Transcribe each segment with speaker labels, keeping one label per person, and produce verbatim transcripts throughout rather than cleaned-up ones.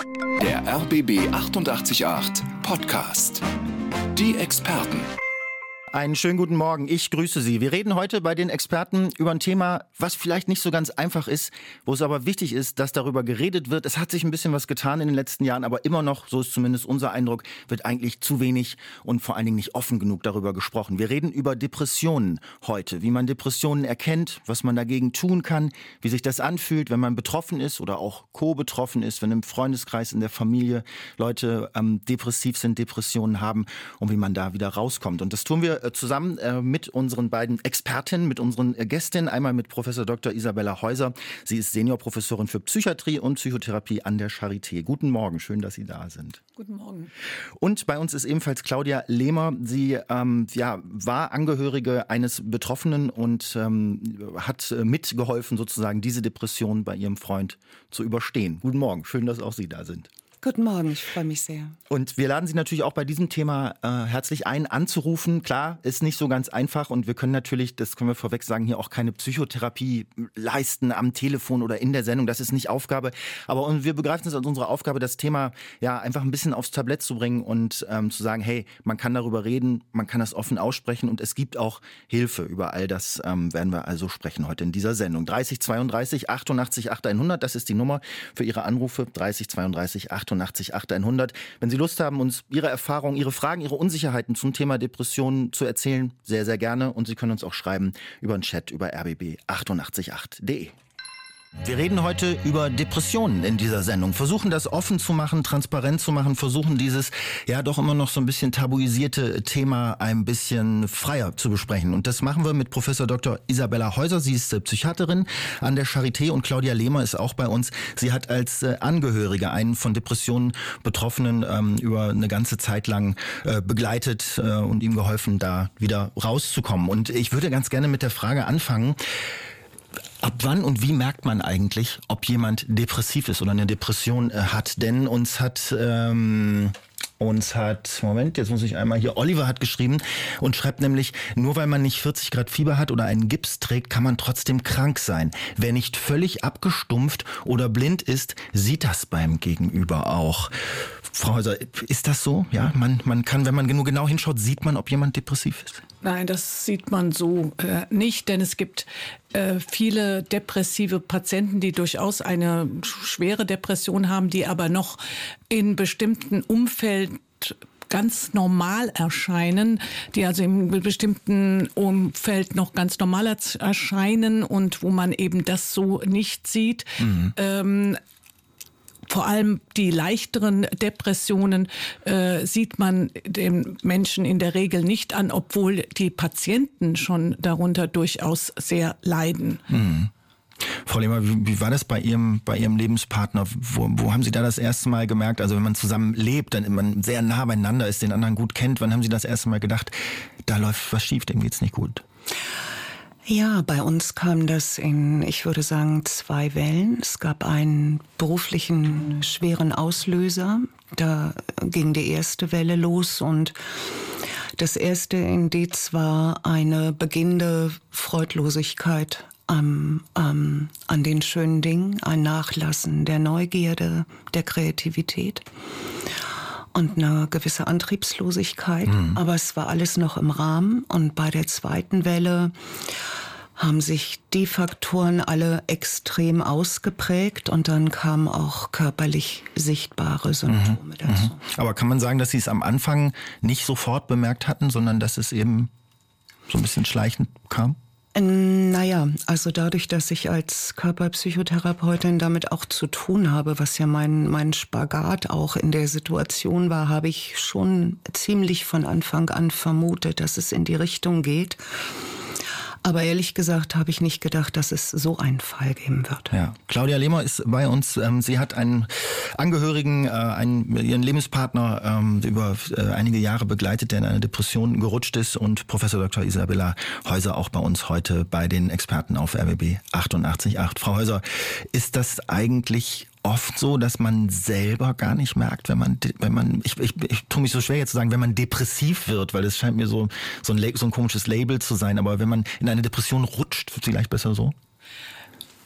Speaker 1: Der R B B achtundachtzig Komma acht Podcast. Die Experten.
Speaker 2: Einen schönen guten Morgen, ich grüße Sie. Wir reden heute bei den Experten über ein Thema, was vielleicht nicht so ganz einfach ist, wo es aber wichtig ist, dass darüber geredet wird. Es hat sich ein bisschen was getan in den letzten Jahren, aber immer noch, so ist zumindest unser Eindruck, wird eigentlich zu wenig und vor allen Dingen nicht offen genug darüber gesprochen. Wir reden über Depressionen heute, wie man Depressionen erkennt, was man dagegen tun kann, wie sich das anfühlt, wenn man betroffen ist oder auch co-betroffen ist, wenn im Freundeskreis, in der Familie Leute ähm, depressiv sind, Depressionen haben und wie man da wieder rauskommt. Und das tun wir zusammen äh, mit unseren beiden Expertinnen, mit unseren äh, Gästinnen. Einmal mit Professor Doktor Isabella Heuser. Sie ist Seniorprofessorin für Psychiatrie und Psychotherapie an der Charité. Guten Morgen, schön, dass Sie da sind.
Speaker 3: Guten Morgen.
Speaker 2: Und bei uns ist ebenfalls Claudia Lehmer. Sie ähm, ja, war Angehörige eines Betroffenen und ähm, hat äh, mitgeholfen, sozusagen diese Depression bei ihrem Freund zu überstehen. Guten Morgen, schön, dass auch Sie da sind.
Speaker 3: Guten Morgen, ich freue mich sehr.
Speaker 2: Und wir laden Sie natürlich auch bei diesem Thema äh, herzlich ein, anzurufen. Klar, ist nicht so ganz einfach und wir können natürlich, das können wir vorweg sagen, hier auch keine Psychotherapie leisten am Telefon oder in der Sendung. Das ist nicht Aufgabe. Aber wir begreifen es als unsere Aufgabe, das Thema ja einfach ein bisschen aufs Tablett zu bringen und ähm, zu sagen, hey, man kann darüber reden, man kann das offen aussprechen und es gibt auch Hilfe. Über all das ähm, werden wir also sprechen heute in dieser Sendung. dreißig zweiunddreißig achtundachtzig acht hundert, das ist die Nummer für Ihre Anrufe. dreißig zweiunddreißig achtundachtzig acht hundert. Wenn Sie Lust haben, uns Ihre Erfahrungen, Ihre Fragen, Ihre Unsicherheiten zum Thema Depressionen zu erzählen, sehr, sehr gerne. Und Sie können uns auch schreiben über den Chat über r b b achtundachtzig acht punkt de. Wir reden heute über Depressionen in dieser Sendung, versuchen das offen zu machen, transparent zu machen, versuchen dieses ja doch immer noch so ein bisschen tabuisierte Thema ein bisschen freier zu besprechen. Und das machen wir mit Professor Doktor Isabella Heuser. Sie ist Psychiaterin an der Charité und Claudia Lehmer ist auch bei uns. Sie hat als Angehörige einen von Depressionen Betroffenen ähm, über eine ganze Zeit lang äh, begleitet äh, und ihm geholfen, da wieder rauszukommen. Und ich würde ganz gerne mit der Frage anfangen: Ab wann und wie merkt man eigentlich, ob jemand depressiv ist oder eine Depression äh, hat? Denn uns hat... Ähm Uns hat, Moment, jetzt muss ich einmal hier, Oliver hat geschrieben und schreibt nämlich, nur weil man nicht vierzig Grad Fieber hat oder einen Gips trägt, kann man trotzdem krank sein. Wer nicht völlig abgestumpft oder blind ist, sieht das beim Gegenüber auch. Frau Heuser, ist das so? Ja, man, man kann, wenn man nur genau hinschaut, sieht man, ob jemand depressiv ist?
Speaker 3: Nein, das sieht man so äh, nicht, denn es gibt äh, viele depressive Patienten, die durchaus eine schwere Depression haben, die aber noch in bestimmten Umfelden ganz normal erscheinen, die also im bestimmten Umfeld noch ganz normal erscheinen und wo man eben das so nicht sieht. Mhm. Ähm, Vor allem die leichteren Depressionen äh, sieht man den Menschen in der Regel nicht an, obwohl die Patienten schon darunter durchaus sehr leiden.
Speaker 2: Mhm. Frau Lehmer, wie, wie war das bei Ihrem, bei Ihrem Lebenspartner? Wo, wo haben Sie da das erste Mal gemerkt, also wenn man zusammen lebt, dann man sehr nah beieinander ist, den anderen gut kennt, wann haben Sie das erste Mal gedacht, da läuft was schief, dem geht's nicht gut?
Speaker 4: Ja, bei uns kam das in, ich würde sagen, zwei Wellen. Es gab einen beruflichen schweren Auslöser. Da ging die erste Welle los und das erste Indiz war eine beginnende Freudlosigkeit am, am, an den schönen Dingen, ein Nachlassen der Neugierde, der Kreativität und eine gewisse Antriebslosigkeit. Mhm. Aber es war alles noch im Rahmen. Und bei der zweiten Welle haben sich die Faktoren alle extrem ausgeprägt und dann kamen auch körperlich sichtbare Symptome mhm. dazu. Mhm.
Speaker 2: Aber kann man sagen, dass Sie es am Anfang nicht sofort bemerkt hatten, sondern dass es eben so ein bisschen schleichend kam?
Speaker 4: Naja, also dadurch, dass ich als Körperpsychotherapeutin damit auch zu tun habe, was ja mein, mein Spagat auch in der Situation war, habe ich schon ziemlich von Anfang an vermutet, dass es in die Richtung geht. Aber ehrlich gesagt habe ich nicht gedacht, dass es so einen Fall geben wird.
Speaker 2: Ja. Claudia Lehmer ist bei uns. Sie hat einen Angehörigen, einen, ihren Lebenspartner über einige Jahre begleitet, der in eine Depression gerutscht ist. Und Professor Doktor Isabella Heuser auch bei uns heute bei den Experten auf R B B achtundachtzig Komma acht. Frau Heuser, ist das eigentlich oft so, dass man selber gar nicht merkt, wenn man, wenn man, ich, ich, ich tue mich so schwer jetzt zu sagen, wenn man depressiv wird, weil es scheint mir so, so ein, so ein komisches Label zu sein, aber wenn man in eine Depression rutscht, vielleicht besser so?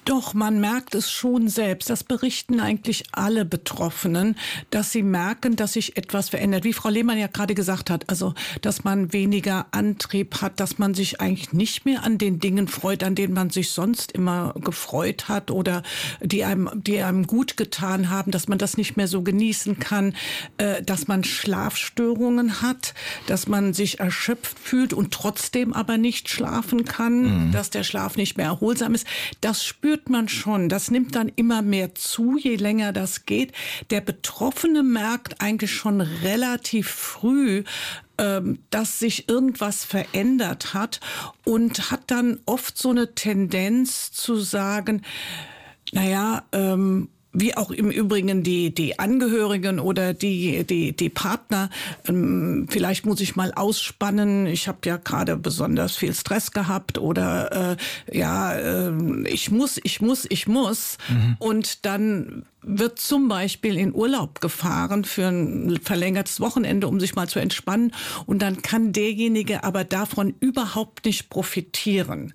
Speaker 3: Doch, man merkt es schon selbst. Das berichten eigentlich alle Betroffenen, dass sie merken, dass sich etwas verändert. Wie Frau Lehmann ja gerade gesagt hat, also dass man weniger Antrieb hat, dass man sich eigentlich nicht mehr an den Dingen freut, an denen man sich sonst immer gefreut hat oder die einem, die einem gut getan haben, dass man das nicht mehr so genießen kann, äh, dass man Schlafstörungen hat, dass man sich erschöpft fühlt und trotzdem aber nicht schlafen kann, mhm. dass der Schlaf nicht mehr erholsam ist. Das spürt man schon. Das nimmt dann immer mehr zu, je länger das geht. Der Betroffene merkt eigentlich schon relativ früh, ähm, dass sich irgendwas verändert hat und hat dann oft so eine Tendenz zu sagen, naja, ähm, wie auch im Übrigen die, die Angehörigen oder die, die, die Partner. Ähm, vielleicht muss ich mal ausspannen. Ich habe ja gerade besonders viel Stress gehabt oder äh, ja, äh, ich muss, ich muss, ich muss. Mhm. Und dann wird zum Beispiel in Urlaub gefahren für ein verlängertes Wochenende, um sich mal zu entspannen. Und dann kann derjenige aber davon überhaupt nicht profitieren.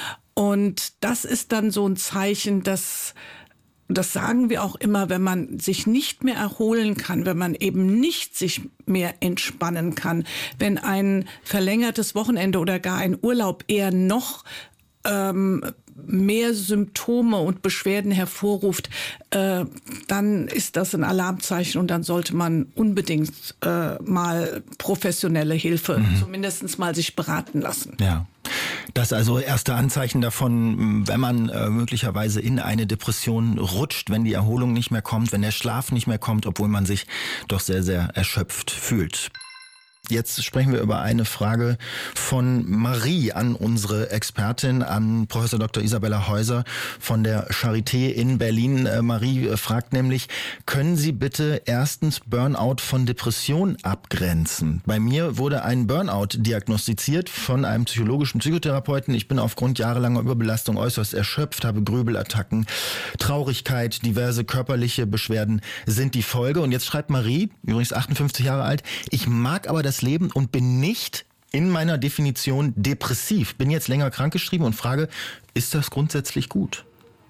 Speaker 3: Und das ist dann so ein Zeichen, dass das sagen wir auch immer, wenn man sich nicht mehr erholen kann, wenn man eben nicht sich mehr entspannen kann, wenn ein verlängertes Wochenende oder gar ein Urlaub eher noch ähm, mehr Symptome und Beschwerden hervorruft, äh, dann ist das ein Alarmzeichen und dann sollte man unbedingt äh, mal professionelle Hilfe, mhm. zumindest mal sich beraten lassen.
Speaker 2: Ja. Das also erste Anzeichen davon, wenn man äh, möglicherweise in eine Depression rutscht, wenn die Erholung nicht mehr kommt, wenn der Schlaf nicht mehr kommt, obwohl man sich doch sehr, sehr erschöpft fühlt. Jetzt sprechen wir über eine Frage von Marie an unsere Expertin, an Professor Doktor Isabella Heuser von der Charité in Berlin. Marie fragt nämlich, können Sie bitte erstens Burnout von Depression abgrenzen? Bei mir wurde ein Burnout diagnostiziert von einem psychologischen Psychotherapeuten. Ich bin aufgrund jahrelanger Überbelastung äußerst erschöpft, habe Grübelattacken, Traurigkeit, diverse körperliche Beschwerden sind die Folge. Und jetzt schreibt Marie, übrigens achtundfünfzig Jahre alt, ich mag aber das Leben und bin nicht in meiner Definition depressiv. Bin jetzt länger krankgeschrieben und frage, ist das grundsätzlich gut?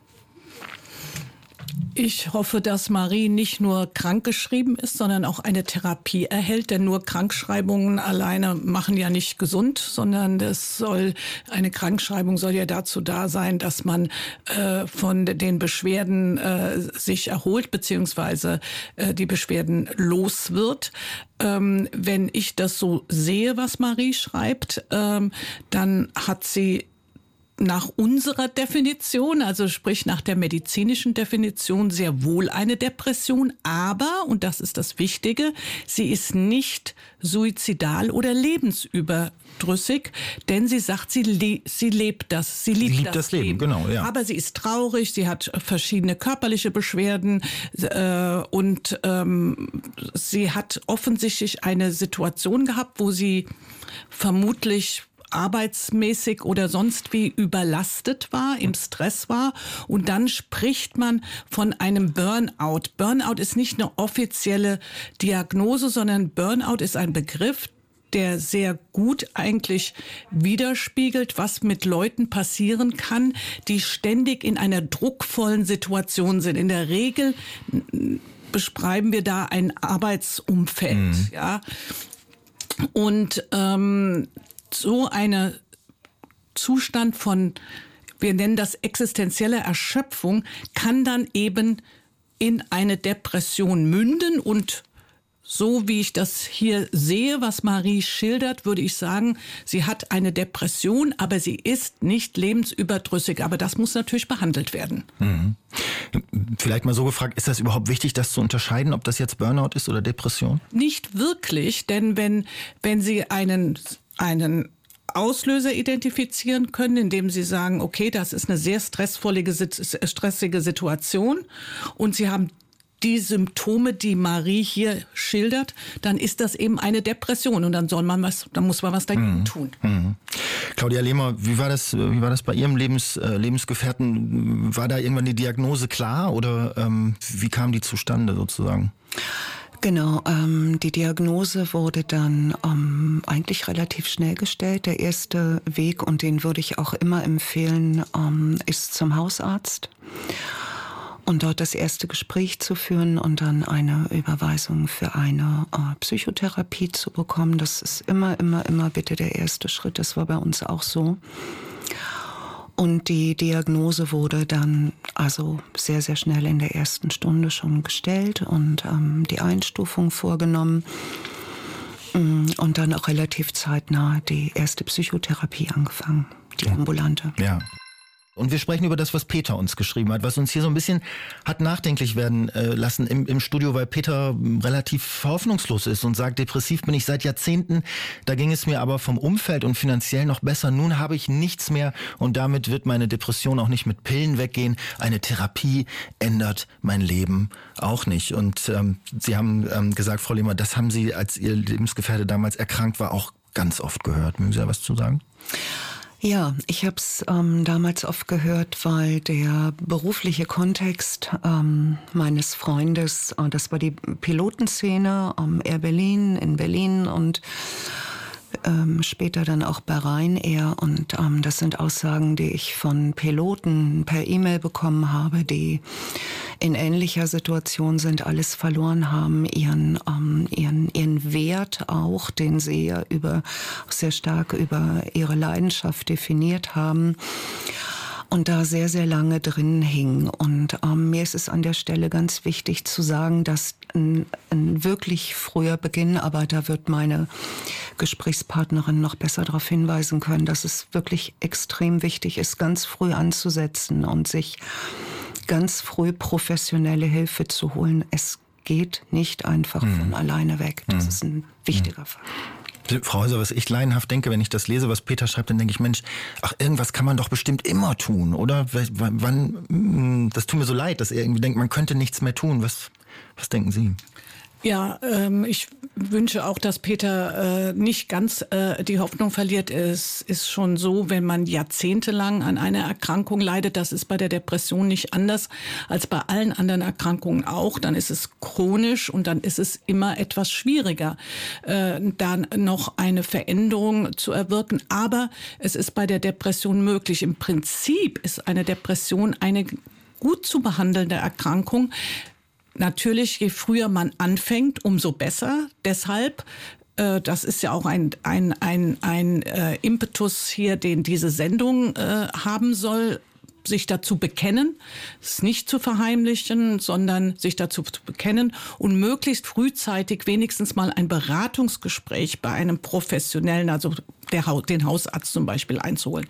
Speaker 3: Ich hoffe, dass Marie nicht nur krankgeschrieben ist, sondern auch eine Therapie erhält, denn nur Krankschreibungen alleine machen ja nicht gesund, sondern das soll, eine Krankschreibung soll ja dazu da sein, dass man äh, von den Beschwerden äh, sich erholt, beziehungsweise äh, die Beschwerden los wird. Ähm, wenn ich das so sehe, was Marie schreibt, ähm, dann hat sie nach unserer Definition, also sprich nach der medizinischen Definition, sehr wohl eine Depression, aber, und das ist das Wichtige, sie ist nicht suizidal oder lebensüberdrüssig, denn sie sagt, sie, le- sie lebt das, sie liebt,
Speaker 2: sie liebt
Speaker 3: das,
Speaker 2: das Leben.
Speaker 3: Leben.
Speaker 2: Genau, ja.
Speaker 3: Aber sie ist traurig, sie hat verschiedene körperliche Beschwerden äh, und ähm, sie hat offensichtlich eine Situation gehabt, wo sie vermutlich arbeitsmäßig oder sonst wie überlastet war, im Stress war. Und dann spricht man von einem Burnout. Burnout ist nicht eine offizielle Diagnose, sondern Burnout ist ein Begriff, der sehr gut eigentlich widerspiegelt, was mit Leuten passieren kann, die ständig in einer druckvollen Situation sind. In der Regel beschreiben wir da ein Arbeitsumfeld, mhm. ja. Und ähm, so eine Zustand von, wir nennen das existenzielle Erschöpfung, kann dann eben in eine Depression münden. Und so wie ich das hier sehe, was Marie schildert, würde ich sagen, sie hat eine Depression, aber sie ist nicht lebensüberdrüssig. Aber das muss natürlich behandelt werden.
Speaker 2: Mhm. Vielleicht mal so gefragt, ist das überhaupt wichtig, das zu unterscheiden, ob das jetzt Burnout ist oder Depression?
Speaker 3: Nicht wirklich, denn wenn, wenn Sie einen, einen Auslöser identifizieren können, indem Sie sagen, okay, das ist eine sehr stressvolle, stressige Situation und Sie haben die Symptome, die Marie hier schildert, dann ist das eben eine Depression und dann soll man was, dann muss man was dagegen mhm. tun.
Speaker 2: Mhm. Claudia Lehmer, wie war das, wie war das bei Ihrem Lebens, äh, Lebensgefährten? War da irgendwann die Diagnose klar oder ähm, wie kam die zustande sozusagen?
Speaker 4: Genau, ähm, die Diagnose wurde dann ähm, eigentlich relativ schnell gestellt. Der erste Weg, und den würde ich auch immer empfehlen, ähm, ist zum Hausarzt. Und dort das erste Gespräch zu führen und dann eine Überweisung für eine äh, Psychotherapie zu bekommen. Das ist immer, immer, immer bitte der erste Schritt. Das war bei uns auch so. Und die Diagnose wurde dann also sehr, sehr schnell in der ersten Stunde schon gestellt und ähm, die Einstufung vorgenommen. Und dann auch relativ zeitnah die erste Psychotherapie angefangen, die ambulante.
Speaker 2: Ja. Und wir sprechen über das, was Peter uns geschrieben hat, was uns hier so ein bisschen hat nachdenklich werden äh, lassen im, im Studio, weil Peter relativ hoffnungslos ist und sagt, depressiv bin ich seit Jahrzehnten, da ging es mir aber vom Umfeld und finanziell noch besser. Nun habe ich nichts mehr und damit wird meine Depression auch nicht mit Pillen weggehen. Eine Therapie ändert mein Leben auch nicht. Und ähm, Sie haben ähm, gesagt, Frau Lehmer, das haben Sie, als Ihr Lebensgefährte damals erkrankt war, auch ganz oft gehört. Mögen Sie da was zu sagen?
Speaker 4: Ja, ich habe es ähm, damals oft gehört, weil der berufliche Kontext ähm, meines Freundes, äh, das war die Pilotenszene am Air Berlin in Berlin und ähm, später dann auch bei Ryanair. Und ähm, das sind Aussagen, die ich von Piloten per E-Mail bekommen habe, die in ähnlicher Situation sind, alles verloren haben, ihren, ähm, ihren, ihren Wert auch, den sie ja über, sehr stark über ihre Leidenschaft definiert haben und da sehr, sehr lange drin hing. Und ähm, mir ist es an der Stelle ganz wichtig zu sagen, dass ein, ein wirklich früher Beginn, aber da wird meine Gesprächspartnerin noch besser darauf hinweisen können, dass es wirklich extrem wichtig ist, ganz früh anzusetzen und sich ganz früh professionelle Hilfe zu holen. Es geht nicht einfach mhm. von alleine weg. Das mhm. ist ein wichtiger mhm. Fall.
Speaker 2: Frau Häuser, was ich laienhaft denke, wenn ich das lese, was Peter schreibt, dann denke ich, Mensch, ach, irgendwas kann man doch bestimmt immer tun, oder? Wann, das tut mir so leid, dass er irgendwie denkt, man könnte nichts mehr tun. Was, was denken Sie?
Speaker 3: Ja, ähm, ich wünsche auch, dass Peter äh, nicht ganz äh, die Hoffnung verliert. Es ist schon so, wenn man jahrzehntelang an einer Erkrankung leidet, das ist bei der Depression nicht anders als bei allen anderen Erkrankungen auch, dann ist es chronisch und dann ist es immer etwas schwieriger, äh, dann noch eine Veränderung zu erwirken. Aber es ist bei der Depression möglich. Im Prinzip ist eine Depression eine gut zu behandelnde Erkrankung. Natürlich, je früher man anfängt, umso besser. Deshalb, äh, das ist ja auch ein, ein, ein, ein äh, Impetus hier, den diese Sendung äh, haben soll, sich dazu bekennen, es nicht zu verheimlichen, sondern sich dazu zu bekennen und möglichst frühzeitig wenigstens mal ein Beratungsgespräch bei einem Professionellen, also der, den Hausarzt zum Beispiel, einzuholen.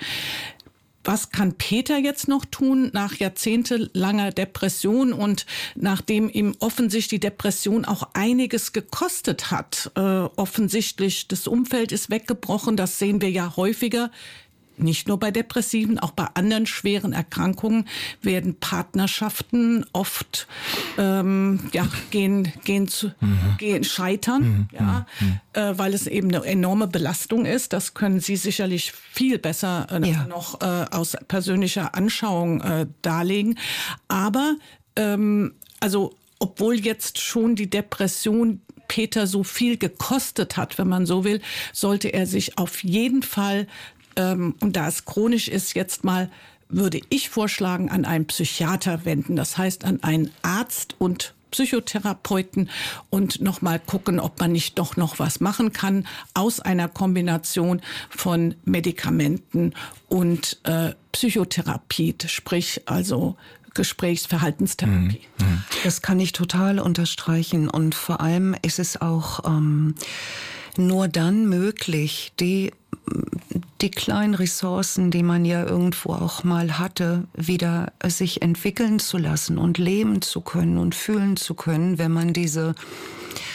Speaker 3: Was kann Peter jetzt noch tun nach jahrzehntelanger Depression und nachdem ihm offensichtlich die Depression auch einiges gekostet hat? Äh, offensichtlich, das Umfeld ist weggebrochen, das sehen wir ja häufiger. Nicht nur bei Depressiven, auch bei anderen schweren Erkrankungen werden Partnerschaften oft ähm, ja, gehen, gehen, zu, mhm. gehen scheitern, mhm. ja, mhm. Äh, weil es eben eine enorme Belastung ist. Das können Sie sicherlich viel besser äh, ja. noch äh, aus persönlicher Anschauung äh, darlegen. Aber ähm, also obwohl jetzt schon die Depression Peter so viel gekostet hat, wenn man so will, sollte er sich auf jeden Fall und da es chronisch ist, jetzt mal, würde ich vorschlagen, an einen Psychiater wenden. Das heißt, an einen Arzt und Psychotherapeuten und nochmal gucken, ob man nicht doch noch was machen kann aus einer Kombination von Medikamenten und äh, Psychotherapie, sprich also Gesprächsverhaltenstherapie.
Speaker 4: Das kann ich total unterstreichen und vor allem ist es auch ähm, nur dann möglich, die die kleinen Ressourcen, die man ja irgendwo auch mal hatte, wieder sich entwickeln zu lassen und leben zu können und fühlen zu können, wenn man diese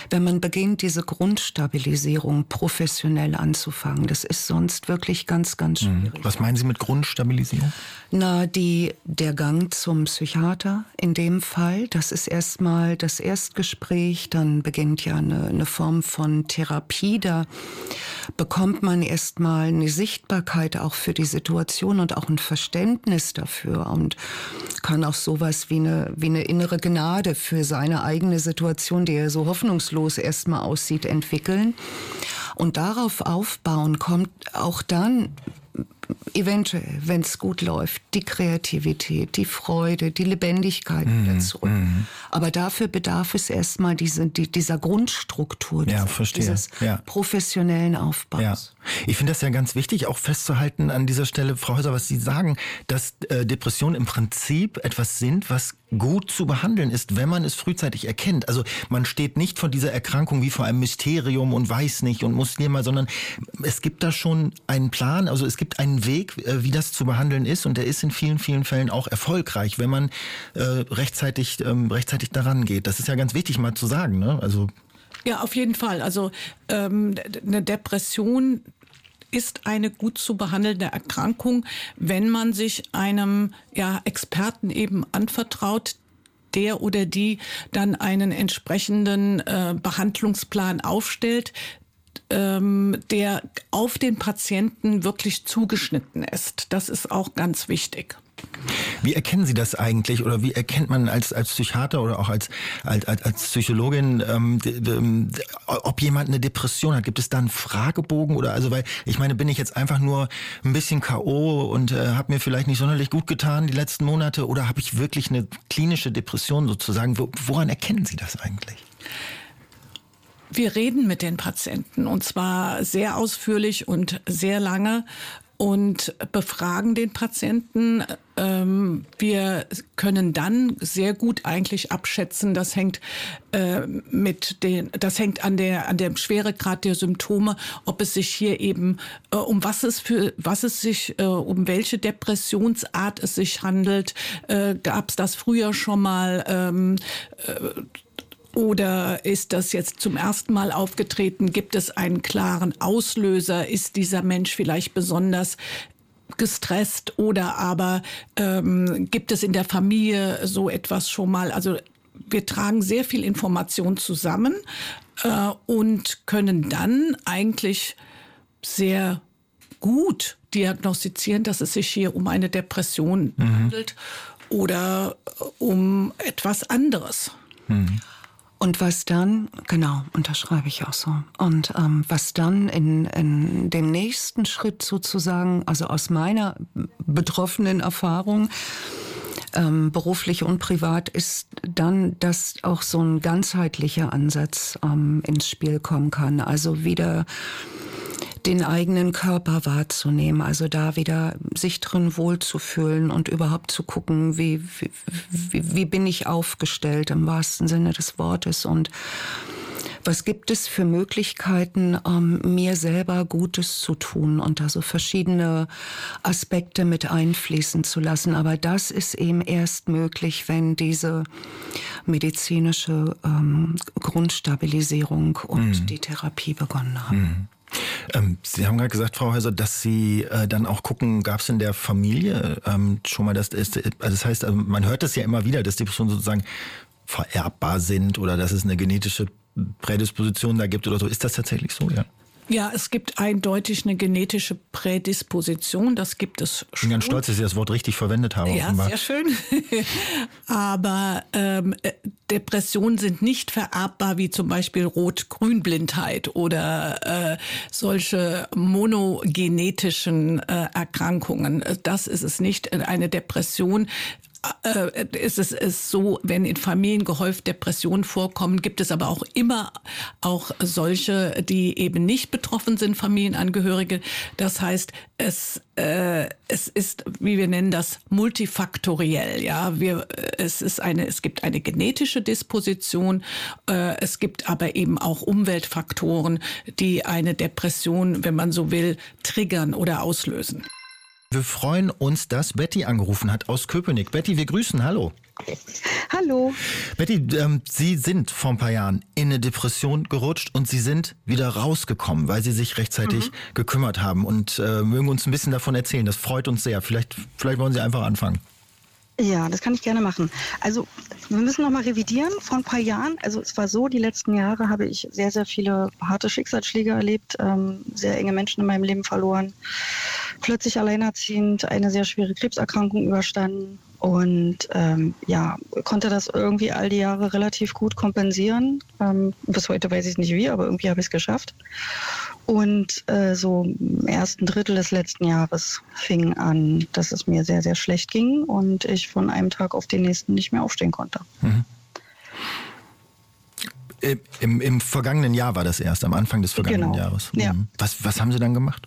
Speaker 4: wenn man beginnt, diese Grundstabilisierung professionell anzufangen. Das ist sonst wirklich ganz, ganz schwierig.
Speaker 2: Was meinen Sie mit Grundstabilisierung?
Speaker 4: Na, die, der Gang zum Psychiater in dem Fall, das ist erstmal das Erstgespräch, dann beginnt ja eine, eine Form von Therapie, da bekommt man erstmal eine Sichtbarkeit auch für die Situation und auch ein Verständnis dafür und kann auch sowas wie eine, wie eine innere Gnade für seine eigene Situation, die ja so hoffnungslos erstmal aussieht, entwickeln. Und darauf aufbauen kommt auch dann eventuell, wenn es gut läuft, die Kreativität, die Freude, die Lebendigkeit mm, wieder zurück. Mm. Aber dafür bedarf es erstmal diese, die, dieser Grundstruktur,
Speaker 2: ja,
Speaker 4: dieses,
Speaker 2: verstehe.
Speaker 4: dieses
Speaker 2: ja.
Speaker 4: professionellen Aufbaus.
Speaker 2: Ja. Ich finde das ja ganz wichtig, auch festzuhalten an dieser Stelle, Frau Häuser, was Sie sagen, dass äh, Depressionen im Prinzip etwas sind, was gut zu behandeln ist, wenn man es frühzeitig erkennt. Also man steht nicht vor dieser Erkrankung wie vor einem Mysterium und weiß nicht und muss hier mal, sondern es gibt da schon einen Plan, also es gibt einen Weg, wie das zu behandeln ist und der ist in vielen, vielen Fällen auch erfolgreich, wenn man äh, rechtzeitig, ähm, rechtzeitig daran geht. Das ist ja ganz wichtig mal zu sagen, ne? Also
Speaker 3: ja, auf jeden Fall. Also ähm, eine Depression ist eine gut zu behandelnde Erkrankung, wenn man sich einem ja, Experten eben anvertraut, der oder die dann einen entsprechenden äh, Behandlungsplan aufstellt, ähm, der auf den Patienten wirklich zugeschnitten ist. Das ist auch ganz wichtig.
Speaker 2: Wie erkennen Sie das eigentlich oder wie erkennt man als als Psychiater oder auch als als, als Psychologin, ähm, d, d, ob jemand eine Depression hat? Gibt es da einen Fragebogen oder also weil ich meine, bin ich jetzt einfach nur ein bisschen K O und äh, habe mir vielleicht nicht sonderlich gut getan die letzten Monate oder habe ich wirklich eine klinische Depression sozusagen? Wo, woran erkennen Sie das eigentlich?
Speaker 3: Wir reden mit den Patienten und zwar sehr ausführlich und sehr lange und befragen den Patienten. Ähm, wir können dann sehr gut eigentlich abschätzen, das hängt äh, mit den, das hängt an der an dem Schweregrad der Symptome, ob es sich hier eben äh, um was es für was es sich äh, um welche Depressionsart es sich handelt. Äh, gab es das früher schon mal? Ähm, äh, Oder ist das jetzt zum ersten Mal aufgetreten? Gibt es einen klaren Auslöser? Ist dieser Mensch vielleicht besonders gestresst? Oder aber ähm, gibt es in der Familie so etwas schon mal? Also wir tragen sehr viel Information zusammen äh, und können dann eigentlich sehr gut diagnostizieren, dass es sich hier um eine Depression mhm. handelt oder um etwas anderes.
Speaker 2: Mhm.
Speaker 4: Und was dann, genau, unterschreibe ich auch so. Und ähm, was dann in, in dem nächsten Schritt sozusagen, also aus meiner betroffenen Erfahrung, ähm, beruflich und privat, ist dann, dass auch so ein ganzheitlicher Ansatz ähm, ins Spiel kommen kann. Also wieder den eigenen Körper wahrzunehmen, also da wieder sich drin wohlzufühlen und überhaupt zu gucken, wie, wie, wie, wie bin ich aufgestellt im wahrsten Sinne des Wortes und was gibt es für Möglichkeiten, ähm, mir selber Gutes zu tun und da so verschiedene Aspekte mit einfließen zu lassen. Aber das ist eben erst möglich, wenn diese medizinische ähm, Grundstabilisierung und mhm. die Therapie begonnen haben.
Speaker 2: Mhm. Ähm, Sie haben gerade gesagt, Frau Häuser, dass Sie äh, dann auch gucken, gab es in der Familie ähm, schon mal das, also das heißt, also man hört das ja immer wieder, dass Depressionen sozusagen vererbbar sind oder dass es eine genetische Prädisposition da gibt oder so. Ist das tatsächlich so, ja?
Speaker 3: Ja, es gibt eindeutig eine genetische Prädisposition, das gibt es schon.
Speaker 2: Ich bin ganz stolz, dass Sie das Wort richtig verwendet haben.
Speaker 3: Ja, offenbar. Sehr schön. Aber ähm, Depressionen sind nicht vererbbar wie zum Beispiel Rot-Grün-Blindheit oder äh, solche monogenetischen äh, Erkrankungen. Das ist es nicht. Eine Depression Äh, ist es ist so, wenn in Familien gehäuft Depressionen vorkommen, gibt es aber auch immer auch solche, die eben nicht betroffen sind, Familienangehörige. Das heißt, es äh, es ist, wie wir nennen das, multifaktoriell. Ja, wir es ist eine es gibt eine genetische Disposition, äh, es gibt aber eben auch Umweltfaktoren, die eine Depression, wenn man so will, triggern oder auslösen.
Speaker 2: Wir freuen uns, dass Betty angerufen hat aus Köpenick. Betty, wir grüßen, hallo.
Speaker 5: Hallo.
Speaker 2: Betty, ähm, Sie sind vor ein paar Jahren in eine Depression gerutscht und Sie sind wieder rausgekommen, weil Sie sich rechtzeitig mhm. gekümmert haben. Und äh, mögen uns ein bisschen davon erzählen. Das freut uns sehr. Vielleicht, vielleicht wollen Sie einfach anfangen.
Speaker 5: Ja, das kann ich gerne machen. Also wir müssen noch mal revidieren. Vor ein paar Jahren, also es war so, die letzten Jahre habe ich sehr, sehr viele harte Schicksalsschläge erlebt, ähm, sehr enge Menschen in meinem Leben verloren, plötzlich alleinerziehend, eine sehr schwere Krebserkrankung überstanden und ähm, ja, konnte das irgendwie all die Jahre relativ gut kompensieren. Ähm, bis heute weiß ich nicht wie, aber irgendwie habe ich es geschafft. Und äh, so im ersten Drittel des letzten Jahres fing an, dass es mir sehr, sehr schlecht ging und ich von einem Tag auf den nächsten nicht mehr aufstehen konnte. Mhm.
Speaker 2: Im, Im vergangenen Jahr war das erst, am Anfang des vergangenen
Speaker 5: genau.
Speaker 2: Jahres.
Speaker 5: Ja.
Speaker 2: Was, was haben Sie dann gemacht?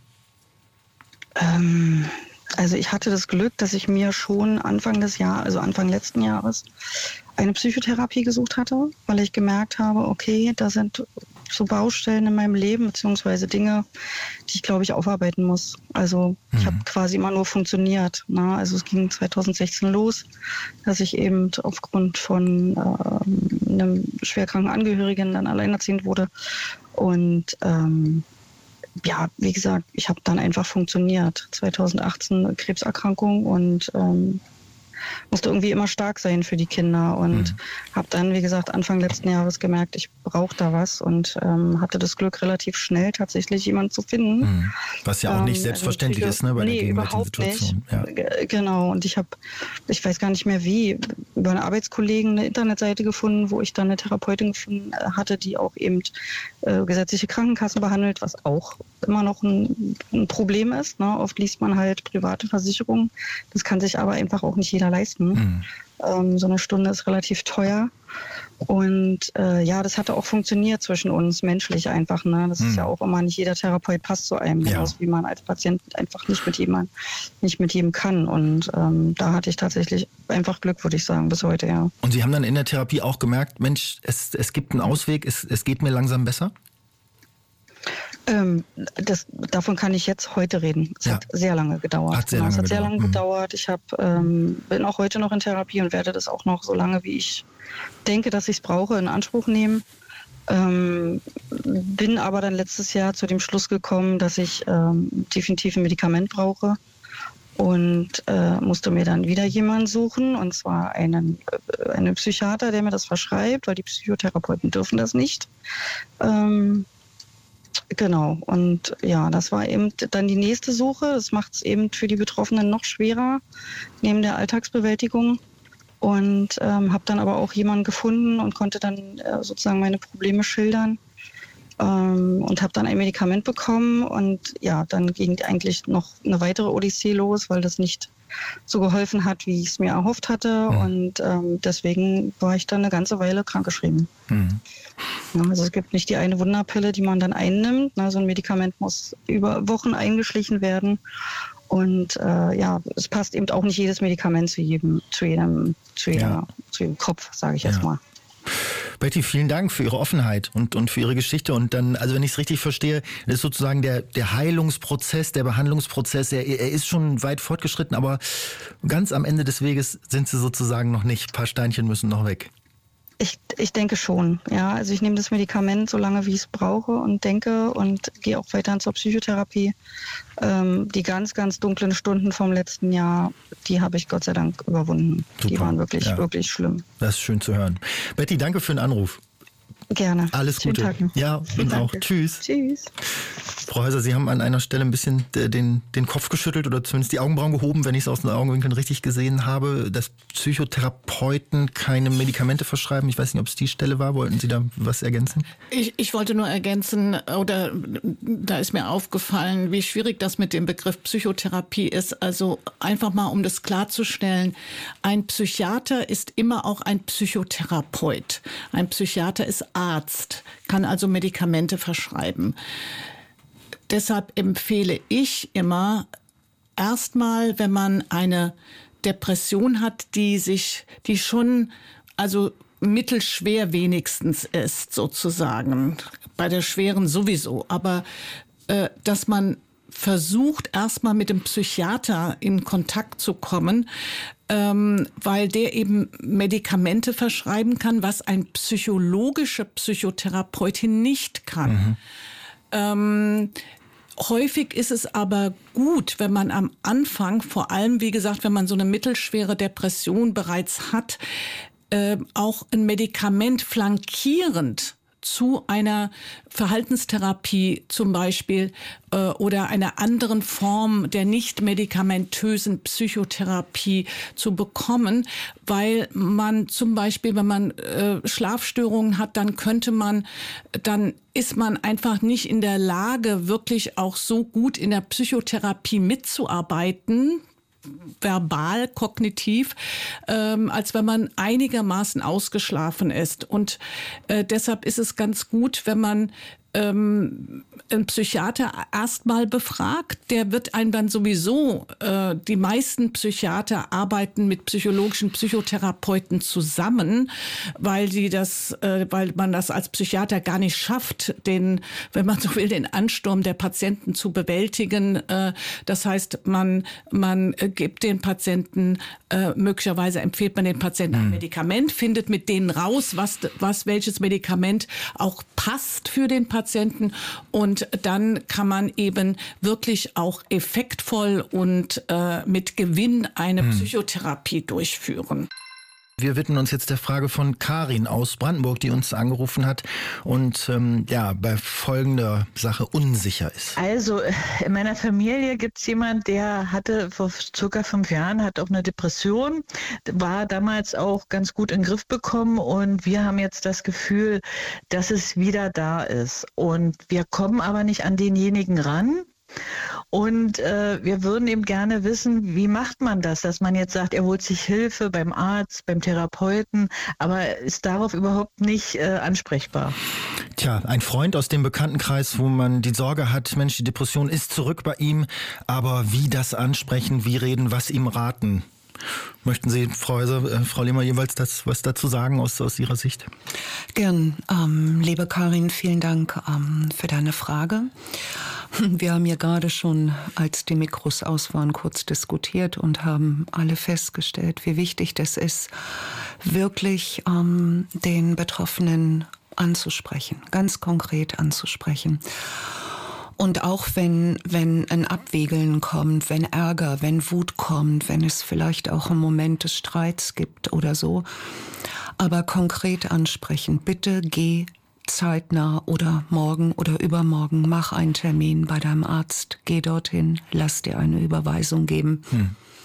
Speaker 5: Ähm, also ich hatte das Glück, dass ich mir schon Anfang des Jahres, also Anfang letzten Jahres, eine Psychotherapie gesucht hatte, weil ich gemerkt habe, okay, da sind so Baustellen in meinem Leben, beziehungsweise Dinge, die ich, glaube ich, aufarbeiten muss. Also mhm. ich habe quasi immer nur funktioniert. Ne? Also es ging zwanzig sechzehn los, dass ich eben aufgrund von äh, einem schwerkranken Angehörigen dann alleinerziehend wurde. Und ähm, ja, wie gesagt, ich habe dann einfach funktioniert. zwanzig achtzehn Krebserkrankung und ähm, musste irgendwie immer stark sein für die Kinder und mhm. habe dann, wie gesagt, Anfang letzten Jahres gemerkt, ich brauche da was und ähm, hatte das Glück, relativ schnell tatsächlich jemanden zu finden.
Speaker 2: Mhm. Was ja auch nicht ähm, selbstverständlich also, ist, ne, bei
Speaker 5: nee,
Speaker 2: der gegenwärtigen Situation.
Speaker 5: Nicht. Ja. Genau, und ich habe, ich weiß gar nicht mehr wie, über einen Arbeitskollegen eine Internetseite gefunden, wo ich dann eine Therapeutin gefunden hatte, die auch eben äh, gesetzliche Krankenkassen behandelt, was auch immer noch ein, ein Problem ist. Ne? Oft liest man halt private Versicherungen. Das kann sich aber einfach auch nicht jeder leisten. Mhm. Ähm, so eine Stunde ist relativ teuer. Und äh, ja, das hatte auch funktioniert zwischen uns, menschlich einfach. Ne? Das mhm. ist ja auch immer, nicht jeder Therapeut passt zu einem,
Speaker 2: ja.
Speaker 5: genauso wie man als Patient einfach nicht mit jedem, nicht mit jedem kann. Und ähm, da hatte ich tatsächlich einfach Glück, würde ich sagen, bis heute, ja.
Speaker 2: Und Sie haben dann in der Therapie auch gemerkt, Mensch, es, es gibt einen Ausweg, es, es geht mir langsam besser?
Speaker 5: Ähm, das, davon kann ich jetzt heute reden. Es ja. hat sehr lange gedauert.
Speaker 2: Hat sehr
Speaker 5: genau,
Speaker 2: lange
Speaker 5: es hat
Speaker 2: gedauert.
Speaker 5: sehr lange mhm. gedauert. Ich hab, ähm, bin auch heute noch in Therapie und werde das auch noch so lange, wie ich denke, dass ich es brauche, in Anspruch nehmen. Ähm, bin aber dann letztes Jahr zu dem Schluss gekommen, dass ich ähm, definitiv ein Medikament brauche und äh, musste mir dann wieder jemanden suchen, und zwar einen, äh, einen Psychiater, der mir das verschreibt, weil die Psychotherapeuten dürfen das nicht. Ähm, Genau, und ja, das war eben dann die nächste Suche. Das macht es eben für die Betroffenen noch schwerer, neben der Alltagsbewältigung. Und ähm, habe dann aber auch jemanden gefunden und konnte dann äh, sozusagen meine Probleme schildern. Ähm, und habe dann ein Medikament bekommen. Und ja, dann ging eigentlich noch eine weitere Odyssee los, weil das nicht so geholfen hat, wie ich es mir erhofft hatte. Mhm. Und ähm, deswegen war ich dann eine ganze Weile krankgeschrieben. Mhm. Ja, also es gibt nicht die eine Wunderpille, die man dann einnimmt. So ein Medikament muss über Wochen eingeschlichen werden. Und äh, ja, es passt eben auch nicht jedes Medikament zu jedem, zu jedem, zu jeder, ja. zu jedem Kopf, sage ich jetzt ja. mal.
Speaker 2: Betty, vielen Dank für Ihre Offenheit und, und für Ihre Geschichte. Und dann, also wenn ich es richtig verstehe, ist sozusagen der, der Heilungsprozess, der Behandlungsprozess, er, er ist schon weit fortgeschritten, aber ganz am Ende des Weges sind Sie sozusagen noch nicht. Ein paar Steinchen müssen noch weg.
Speaker 5: Ich, ich denke schon, ja. Also ich nehme das Medikament so lange, wie ich es brauche und denke und gehe auch weiterhin zur Psychotherapie. Ähm, die ganz, ganz dunklen Stunden vom letzten Jahr, die habe ich Gott sei Dank überwunden. Super. Die waren wirklich, ja. wirklich schlimm.
Speaker 2: Das ist schön zu hören. Betty, danke für den Anruf.
Speaker 5: Gerne.
Speaker 2: Alles Gute.
Speaker 5: Schönen Tag noch.
Speaker 2: Ja, und auch. Tschüss.
Speaker 5: Tschüss.
Speaker 2: Frau Häuser, Sie haben an einer Stelle ein bisschen den, den Kopf geschüttelt oder zumindest die Augenbrauen gehoben, wenn ich es aus den Augenwinkeln richtig gesehen habe, dass Psychotherapeuten keine Medikamente verschreiben. Ich weiß nicht, ob es die Stelle war. Wollten Sie da was ergänzen?
Speaker 3: Ich, ich wollte nur ergänzen, oder da ist mir aufgefallen, wie schwierig das mit dem Begriff Psychotherapie ist. Also einfach mal, um das klarzustellen, ein Psychiater ist immer auch ein Psychotherapeut. Ein Psychiater ist Arzt, kann also Medikamente verschreiben. Deshalb empfehle ich immer, erstmal, wenn man eine Depression hat, die sich, die schon, also mittelschwer wenigstens ist, sozusagen, bei der schweren sowieso, aber äh, dass man versucht, erstmal mit dem Psychiater in Kontakt zu kommen, ähm, weil der eben Medikamente verschreiben kann, was ein psychologischer Psychotherapeutin nicht kann. Mhm. Ähm, Häufig ist es aber gut, wenn man am Anfang, vor allem, wie gesagt, wenn man so eine mittelschwere Depression bereits hat, äh, auch ein Medikament flankierend zu einer Verhaltenstherapie zum Beispiel äh, oder einer anderen Form der nicht medikamentösen Psychotherapie zu bekommen, weil man zum Beispiel, wenn man äh, Schlafstörungen hat, dann könnte man, dann ist man einfach nicht in der Lage, wirklich auch so gut in der Psychotherapie mitzuarbeiten, verbal, kognitiv, ähm, als wenn man einigermaßen ausgeschlafen ist. Und äh, deshalb ist es ganz gut, wenn man ähm, einen Psychiater erstmal befragt. Der wird einen dann sowieso, äh, die meisten Psychiater arbeiten mit psychologischen Psychotherapeuten zusammen, weil die das, äh, weil man das als Psychiater gar nicht schafft, den, wenn man so will, den Ansturm der Patienten zu bewältigen. Äh, das heißt, man, man äh, gibt den Patienten, äh, möglicherweise empfiehlt man den Patienten ein Medikament, findet mit denen raus, was, was, welches Medikament auch passt für den Patienten. Patienten und dann kann man eben wirklich auch effektvoll und äh, mit Gewinn eine hm. Psychotherapie durchführen.
Speaker 2: Wir widmen uns jetzt der Frage von Karin aus Brandenburg, die uns angerufen hat und ähm, ja, bei folgender Sache unsicher ist.
Speaker 6: Also in meiner Familie gibt es jemanden, der hatte vor circa fünf Jahren hat auch eine Depression, war damals auch ganz gut in den Griff bekommen und wir haben jetzt das Gefühl, dass es wieder da ist. Und wir kommen aber nicht an denjenigen ran. Und äh, wir würden eben gerne wissen, wie macht man das, dass man jetzt sagt, er holt sich Hilfe beim Arzt, beim Therapeuten, aber ist darauf überhaupt nicht äh, ansprechbar.
Speaker 2: Tja, ein Freund aus dem Bekanntenkreis, wo man die Sorge hat, Mensch, die Depression ist zurück bei ihm, aber wie das ansprechen, wie reden, was ihm raten? Möchten Sie, Frau Häuser, äh, Frau Lehmer, jeweils das, was dazu sagen aus, aus Ihrer Sicht?
Speaker 4: Gern. Ähm, liebe Karin, vielen Dank ähm, für deine Frage. Wir haben ja gerade schon, als die Mikros aus waren, kurz diskutiert und haben alle festgestellt, wie wichtig das ist, wirklich ähm, den Betroffenen anzusprechen, ganz konkret anzusprechen. Und auch wenn, wenn ein Abwiegeln kommt, wenn Ärger, wenn Wut kommt, wenn es vielleicht auch einen Moment des Streits gibt oder so, aber konkret ansprechen, bitte geh zeitnah oder morgen oder übermorgen, mach einen Termin bei deinem Arzt, geh dorthin, lass dir eine Überweisung geben. Hm.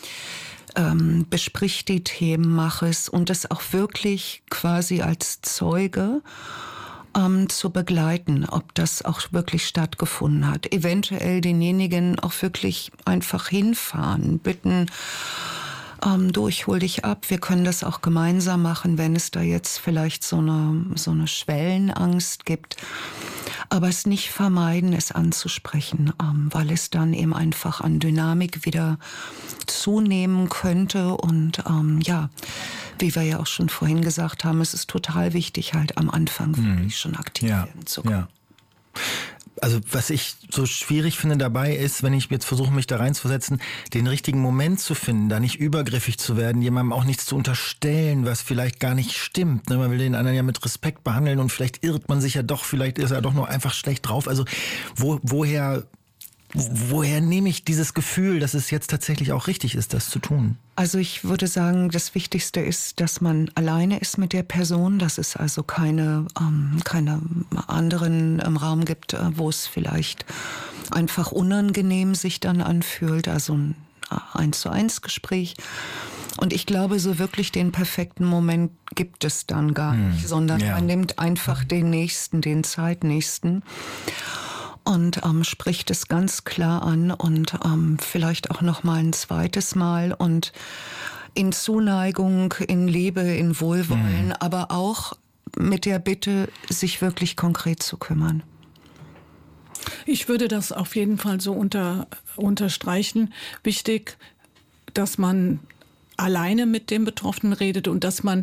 Speaker 4: Ähm, besprich die Themen, mach es und das auch wirklich quasi als Zeuge ähm, zu begleiten, ob das auch wirklich stattgefunden hat. Eventuell denjenigen auch wirklich einfach hinfahren, bitten, Ähm, du, ich hol dich ab. Wir können das auch gemeinsam machen, wenn es da jetzt vielleicht so eine, so eine Schwellenangst gibt. Aber es nicht vermeiden, es anzusprechen, ähm, weil es dann eben einfach an Dynamik wieder zunehmen könnte. Und ähm, ja, wie wir ja auch schon vorhin gesagt haben, es ist total wichtig, halt am Anfang mhm. wirklich schon aktiv
Speaker 2: ja.
Speaker 4: werden zu können.
Speaker 2: Ja. Also was ich so schwierig finde dabei ist, wenn ich jetzt versuche, mich da reinzusetzen, den richtigen Moment zu finden, da nicht übergriffig zu werden, jemandem auch nichts zu unterstellen, was vielleicht gar nicht stimmt. Man will den anderen ja mit Respekt behandeln und vielleicht irrt man sich ja doch, vielleicht ist er doch nur einfach schlecht drauf. Also wo, woher, woher nehme ich dieses Gefühl, dass es jetzt tatsächlich auch richtig ist, das zu tun?
Speaker 4: Also ich würde sagen, das Wichtigste ist, dass man alleine ist mit der Person, dass es also keine, ähm, keine anderen im Raum gibt, äh, wo es vielleicht einfach unangenehm sich dann anfühlt, also ein eins zu eins Gespräch. Und ich glaube, so wirklich den perfekten Moment gibt es dann gar hm. nicht, sondern ja. man nimmt einfach den nächsten, den Zeitnächsten. Und ähm, spricht es ganz klar an und ähm, vielleicht auch noch mal ein zweites Mal und in Zuneigung, in Liebe, in Wohlwollen, mhm. aber auch mit der Bitte, sich wirklich konkret zu kümmern.
Speaker 3: Ich würde das auf jeden Fall so unter, unterstreichen. Wichtig, dass man alleine mit dem Betroffenen redet und dass man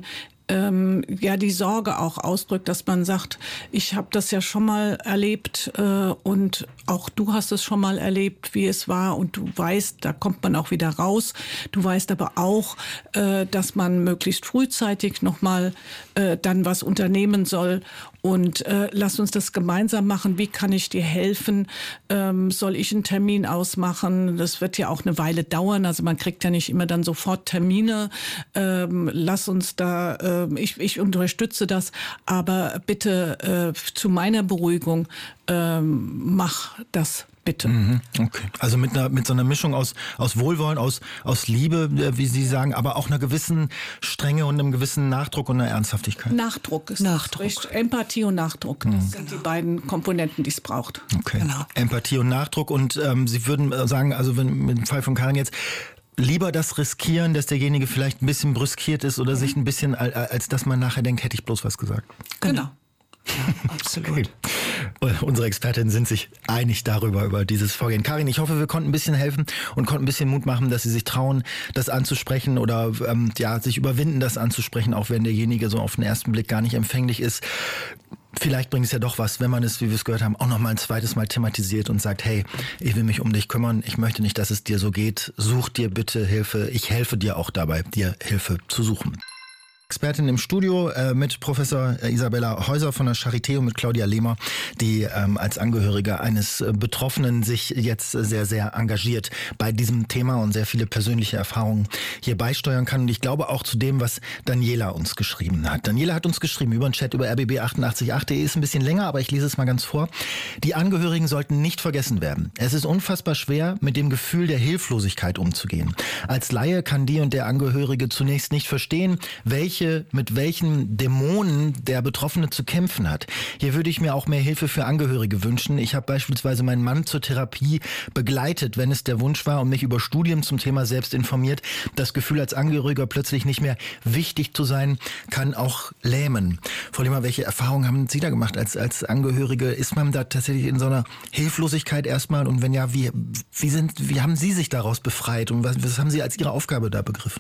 Speaker 3: ähm, ja die Sorge auch ausdrückt, dass man sagt, ich habe das ja schon mal erlebt äh, und auch du hast es schon mal erlebt, wie es war und du weißt, da kommt man auch wieder raus. Du weißt aber auch, äh, dass man möglichst frühzeitig nochmal äh, dann was unternehmen soll. Und äh, lass uns das gemeinsam machen. Wie kann ich dir helfen? Ähm, soll ich einen Termin ausmachen? Das wird ja auch eine Weile dauern. Also man kriegt ja nicht immer dann sofort Termine. Ähm, lass uns da, äh, ich, ich unterstütze das. Aber bitte äh, zu meiner Beruhigung, ähm, mach das bitte.
Speaker 2: Mhm, okay. Also mit einer mit so einer Mischung aus aus Wohlwollen, aus aus Liebe, wie Sie sagen, aber auch einer gewissen Strenge und einem gewissen Nachdruck und einer Ernsthaftigkeit.
Speaker 3: Nachdruck ist
Speaker 4: Nachdruck.
Speaker 3: Das, Empathie und Nachdruck. Das mhm. sind die beiden Komponenten, die es braucht.
Speaker 2: Okay.
Speaker 4: Genau.
Speaker 2: Empathie und Nachdruck. Und ähm, Sie würden sagen, also wenn im Fall von Karin jetzt lieber das riskieren, dass derjenige vielleicht ein bisschen brüskiert ist oder mhm. sich ein bisschen, als dass man nachher denkt, hätte ich bloß was gesagt.
Speaker 3: Genau.
Speaker 4: Ja, absolut.
Speaker 2: Okay. Unsere Expertinnen sind sich einig darüber, über dieses Vorgehen. Karin, ich hoffe, wir konnten ein bisschen helfen und konnten ein bisschen Mut machen, dass Sie sich trauen, das anzusprechen oder ähm, ja, sich überwinden, das anzusprechen, auch wenn derjenige so auf den ersten Blick gar nicht empfänglich ist. Vielleicht bringt es ja doch was, wenn man es, wie wir es gehört haben, auch noch mal ein zweites Mal thematisiert und sagt, hey, ich will mich um dich kümmern, ich möchte nicht, dass es dir so geht. Such dir bitte Hilfe. Ich helfe dir auch dabei, dir Hilfe zu suchen. Expertin im Studio äh, mit Professor Isabella Häuser von der Charité und mit Claudia Lehmer, die ähm, als Angehörige eines äh, Betroffenen sich jetzt sehr, sehr engagiert bei diesem Thema und sehr viele persönliche Erfahrungen hier beisteuern kann. Und ich glaube auch zu dem, was Daniela uns geschrieben hat. Daniela hat uns geschrieben über den Chat über r b b achtundachtzig Punkt acht punkt de, ist ein bisschen länger, aber ich lese es mal ganz vor. Die Angehörigen sollten nicht vergessen werden. Es ist unfassbar schwer, mit dem Gefühl der Hilflosigkeit umzugehen. Als Laie kann die und der Angehörige zunächst nicht verstehen, welche mit welchen Dämonen der Betroffene zu kämpfen hat. Hier würde ich mir auch mehr Hilfe für Angehörige wünschen. Ich habe beispielsweise meinen Mann zur Therapie begleitet, wenn es der Wunsch war und mich über Studien zum Thema selbst informiert. Das Gefühl, als Angehöriger plötzlich nicht mehr wichtig zu sein, kann auch lähmen. Frau Lehmer, welche Erfahrungen haben Sie da gemacht als, als Angehörige? Ist man da tatsächlich in so einer Hilflosigkeit erstmal? Und wenn ja, wie, wie, sind, wie haben Sie sich daraus befreit? Und was, was haben Sie als Ihre Aufgabe da begriffen?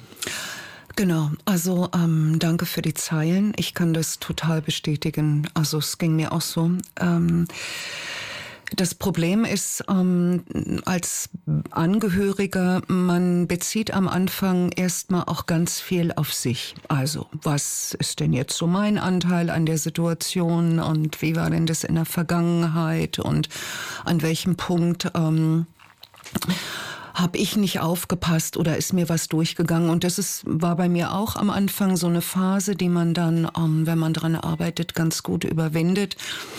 Speaker 4: Genau, also ähm, danke für die Zeilen. Ich kann das total bestätigen. Also es ging mir auch so. Ähm, das Problem ist, ähm, als Angehöriger, man bezieht am Anfang erstmal auch ganz viel auf sich. Also was ist denn jetzt so mein Anteil an der Situation und wie war denn das in der Vergangenheit und an welchem Punkt ähm, habe ich nicht aufgepasst oder ist mir was durchgegangen? Und das ist, war bei mir auch am Anfang so eine Phase, die man dann, ähm, wenn man dran arbeitet, ganz gut überwindet.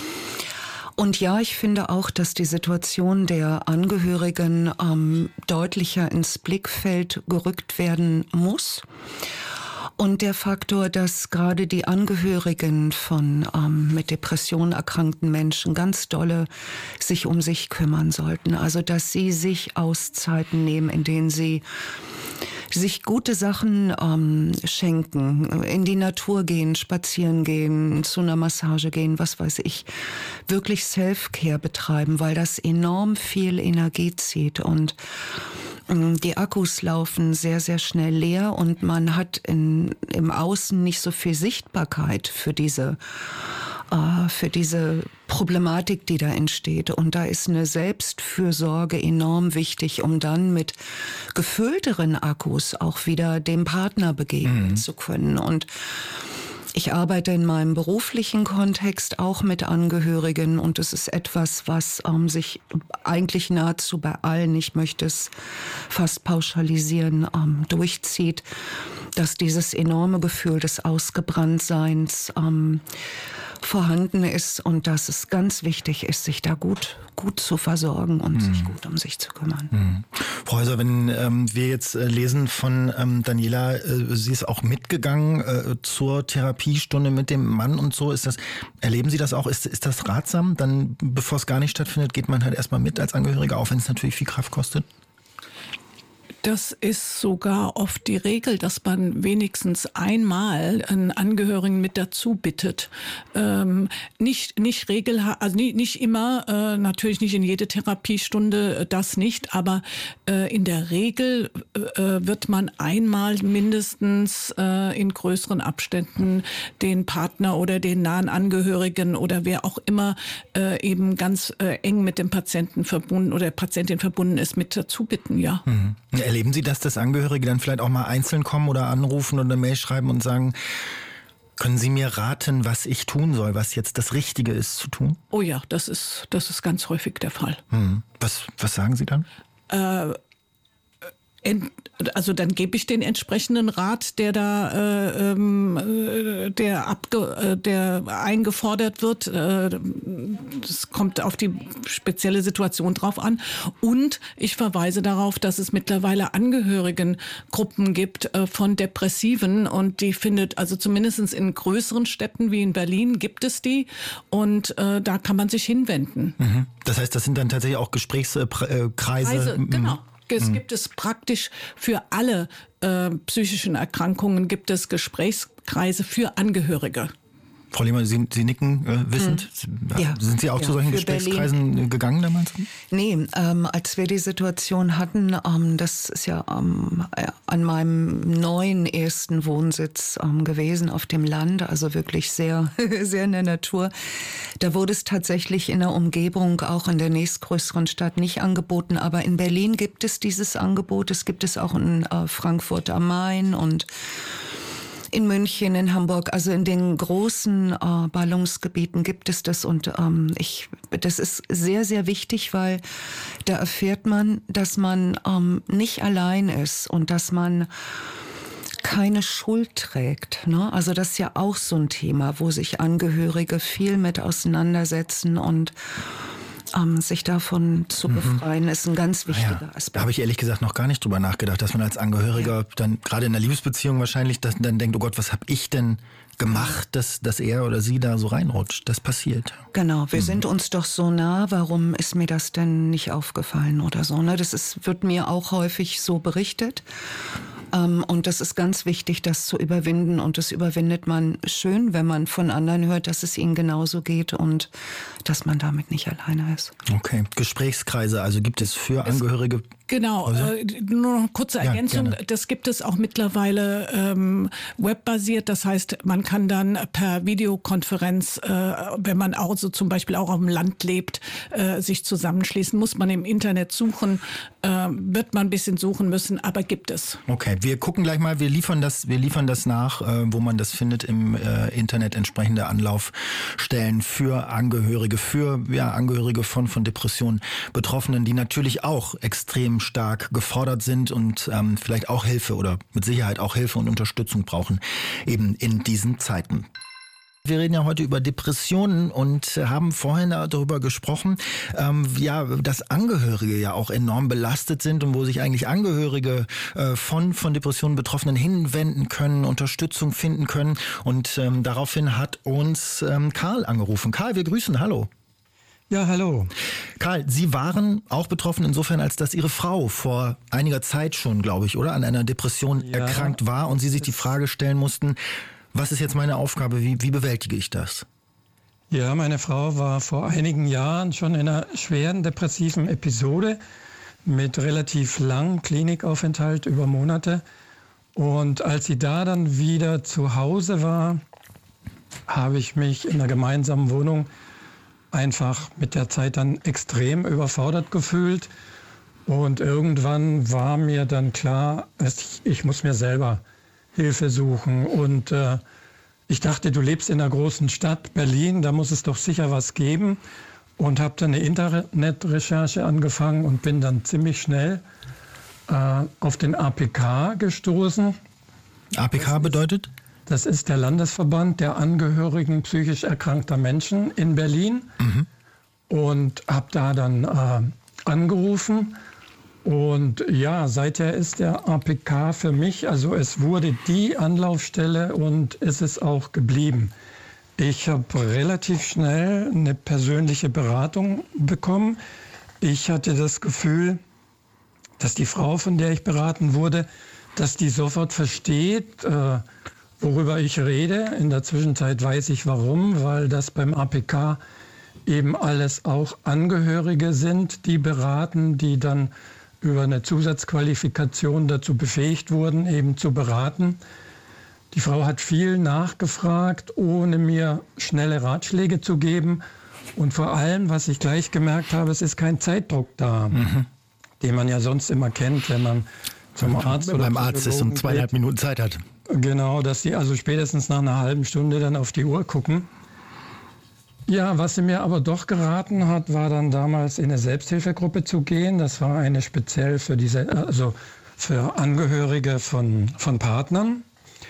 Speaker 4: Und ja, ich finde auch, dass die Situation der Angehörigen ähm, deutlicher ins Blickfeld gerückt werden muss. Und der Faktor, dass gerade die Angehörigen von ähm, mit Depressionen erkrankten Menschen ganz dolle sich um sich kümmern sollten. Also dass sie sich Auszeiten nehmen, in denen sie sich gute Sachen ähm, schenken, in die Natur gehen, spazieren gehen, zu einer Massage gehen, was weiß ich, wirklich Self-Care betreiben, weil das enorm viel Energie zieht und die Akkus laufen sehr, sehr schnell leer und man hat in, im Außen nicht so viel Sichtbarkeit für diese, äh, für diese Problematik, die da entsteht. Und da ist eine Selbstfürsorge enorm wichtig, um dann mit gefüllteren Akkus auch wieder dem Partner begegnen mhm. zu können. Und ich arbeite in meinem beruflichen Kontext auch mit Angehörigen und es ist etwas, was ähm, sich eigentlich nahezu bei allen, ich möchte es fast pauschalisieren, ähm, durchzieht, dass dieses enorme Gefühl des Ausgebranntseins ähm, vorhanden ist und dass es ganz wichtig ist, sich da gut, gut zu versorgen und mhm. sich gut um sich zu kümmern.
Speaker 2: Mhm. Frau Häuser, wenn ähm, wir jetzt äh, lesen von ähm, Daniela, äh, sie ist auch mitgegangen äh, zur Therapiestunde mit dem Mann und so. Ist das, erleben Sie das auch? Ist, ist das ratsam? Dann, bevor es gar nicht stattfindet, geht man halt erstmal mit als Angehöriger, auch wenn es natürlich viel Kraft kostet?
Speaker 3: Das ist sogar oft die Regel, dass man wenigstens einmal einen Angehörigen mit dazu bittet. Ähm, nicht nicht regelhaft, also nicht, nicht immer, äh, natürlich nicht in jede Therapiestunde, äh, das nicht, aber äh, in der Regel äh, wird man einmal mindestens äh, in größeren Abständen den Partner oder den nahen Angehörigen oder wer auch immer äh, eben ganz äh, eng mit dem Patienten verbunden oder Patientin verbunden ist, mit dazu bitten, ja.
Speaker 2: Mhm. Erleben Sie, dass das Angehörige dann vielleicht auch mal einzeln kommen oder anrufen oder eine Mail schreiben und sagen, können Sie mir raten, was ich tun soll, was jetzt das Richtige ist zu tun?
Speaker 3: Oh ja, das ist, das ist ganz häufig der Fall.
Speaker 2: Mhm. Was, was sagen Sie dann?
Speaker 3: Äh, ent, also dann gebe ich den entsprechenden Rat, der da äh, äh, der, abge, äh, der eingefordert wird. Äh, das kommt auf die spezielle Situation drauf an. Und ich verweise darauf, dass es mittlerweile Angehörigengruppen gibt äh, von Depressiven und die findet, also zumindest in größeren Städten wie in Berlin gibt es die und äh, da kann man sich hinwenden.
Speaker 2: Mhm. Das heißt, das sind dann tatsächlich auch Gesprächskreise? Äh,
Speaker 3: Kreise, genau. Es gibt es praktisch für alle äh, psychischen Erkrankungen gibt es Gesprächskreise für Angehörige.
Speaker 2: Frau Lehmann, Sie, Sie nicken äh, wissend. Hm.
Speaker 4: Ja.
Speaker 2: Sind Sie auch
Speaker 4: ja,
Speaker 2: zu solchen
Speaker 4: für
Speaker 2: Gesprächskreisen
Speaker 4: Berlin
Speaker 2: gegangen damals?
Speaker 4: Nee, ähm, als wir die Situation hatten, ähm, das ist ja ähm, an meinem neuen ersten Wohnsitz ähm, gewesen auf dem Land, also wirklich sehr, sehr in der Natur. Da wurde es tatsächlich in der Umgebung, auch in der nächstgrößeren Stadt, nicht angeboten. Aber in Berlin gibt es dieses Angebot. Es gibt es auch in äh, Frankfurt am Main und in München, in Hamburg, also in den großen äh, Ballungsgebieten gibt es das und ähm, ich, das ist sehr, sehr wichtig, weil da erfährt man, dass man ähm, nicht allein ist und dass man keine Schuld trägt. Ne? Also das ist ja auch so ein Thema, wo sich Angehörige viel mit auseinandersetzen und Um, sich davon zu befreien, mhm. ist ein ganz wichtiger
Speaker 2: ja,
Speaker 4: Aspekt.
Speaker 2: Da habe ich ehrlich gesagt noch gar nicht drüber nachgedacht, dass man als Angehöriger ja. dann gerade in einer Liebesbeziehung wahrscheinlich dann, dann denkt, oh Gott, was habe ich denn gemacht, dass, dass er oder sie da so reinrutscht. Das passiert.
Speaker 4: Genau, wir mhm. sind uns doch so nah, warum ist mir das denn nicht aufgefallen oder so. Ne? Das ist, wird mir auch häufig so berichtet. Um, und das ist ganz wichtig, das zu überwinden. Und das überwindet man schön, wenn man von anderen hört, dass es ihnen genauso geht und dass man damit nicht alleine ist.
Speaker 2: Okay, Gesprächskreise, also gibt es für Angehörige...
Speaker 3: Genau, äh, nur noch eine kurze Ergänzung. Ja, das gibt es auch mittlerweile ähm, webbasiert. Das heißt, man kann dann per Videokonferenz, äh, wenn man auch so zum Beispiel auch auf dem Land lebt, äh, sich zusammenschließen. Muss man im Internet suchen, äh, wird man ein bisschen suchen müssen, aber gibt es.
Speaker 2: Okay, wir gucken gleich mal, wir liefern das, wir liefern das nach, äh, wo man das findet im äh, Internet, entsprechende Anlaufstellen für Angehörige, für ja, Angehörige von, von Depressionen Betroffenen, die natürlich auch extrem stark gefordert sind und ähm, vielleicht auch Hilfe oder mit Sicherheit auch Hilfe und Unterstützung brauchen, eben in diesen Zeiten. Wir reden ja heute über Depressionen und haben vorhin darüber gesprochen, ähm, ja, dass Angehörige ja auch enorm belastet sind und wo sich eigentlich Angehörige äh, von, von Depressionen Betroffenen hinwenden können, Unterstützung finden können. Und ähm, daraufhin hat uns ähm, Karl angerufen. Karl, wir grüßen, hallo.
Speaker 7: Ja, hallo.
Speaker 2: Karl, Sie waren auch betroffen insofern, als dass Ihre Frau vor einiger Zeit schon, glaube ich, oder an einer Depression ja. erkrankt war und Sie sich die Frage stellen mussten, was ist jetzt meine Aufgabe, wie, wie bewältige ich das?
Speaker 7: Ja, meine Frau war vor einigen Jahren schon in einer schweren depressiven Episode mit relativ langem Klinikaufenthalt über Monate. Und als sie da dann wieder zu Hause war, habe ich mich in der gemeinsamen Wohnung einfach mit der Zeit dann extrem überfordert gefühlt. Und irgendwann war mir dann klar, ich, ich muss mir selber Hilfe suchen. Und äh, ich dachte, du lebst in einer großen Stadt, Berlin, da muss es doch sicher was geben. Und habe dann eine Internetrecherche angefangen und bin dann ziemlich schnell äh, auf den A P K gestoßen.
Speaker 2: A P K bedeutet?
Speaker 7: Das ist der Landesverband der Angehörigen psychisch erkrankter Menschen in Berlin. Mhm. Und habe da dann äh, angerufen. Und ja, seither ist der A P K für mich, also es wurde die Anlaufstelle und ist es auch geblieben. Ich habe relativ schnell eine persönliche Beratung bekommen. Ich hatte das Gefühl, dass die Frau, von der ich beraten wurde, dass die sofort versteht, äh, worüber ich rede. In der Zwischenzeit weiß ich warum, weil das beim A P K eben alles auch Angehörige sind, die beraten, die dann über eine Zusatzqualifikation dazu befähigt wurden, eben zu beraten. Die Frau hat viel nachgefragt, ohne mir schnelle Ratschläge zu geben. Und vor allem, was ich gleich gemerkt habe, es ist kein Zeitdruck da, mhm. den man ja sonst immer kennt, wenn man zum Arzt oder
Speaker 2: beim Arzt ist und zweieinhalb geht. Minuten Zeit hat.
Speaker 7: Genau, dass sie also spätestens nach einer halben Stunde dann auf die Uhr gucken. Ja, was sie mir aber doch geraten hat, war dann damals in eine Selbsthilfegruppe zu gehen. Das war eine speziell für diese, also für Angehörige von, von Partnern.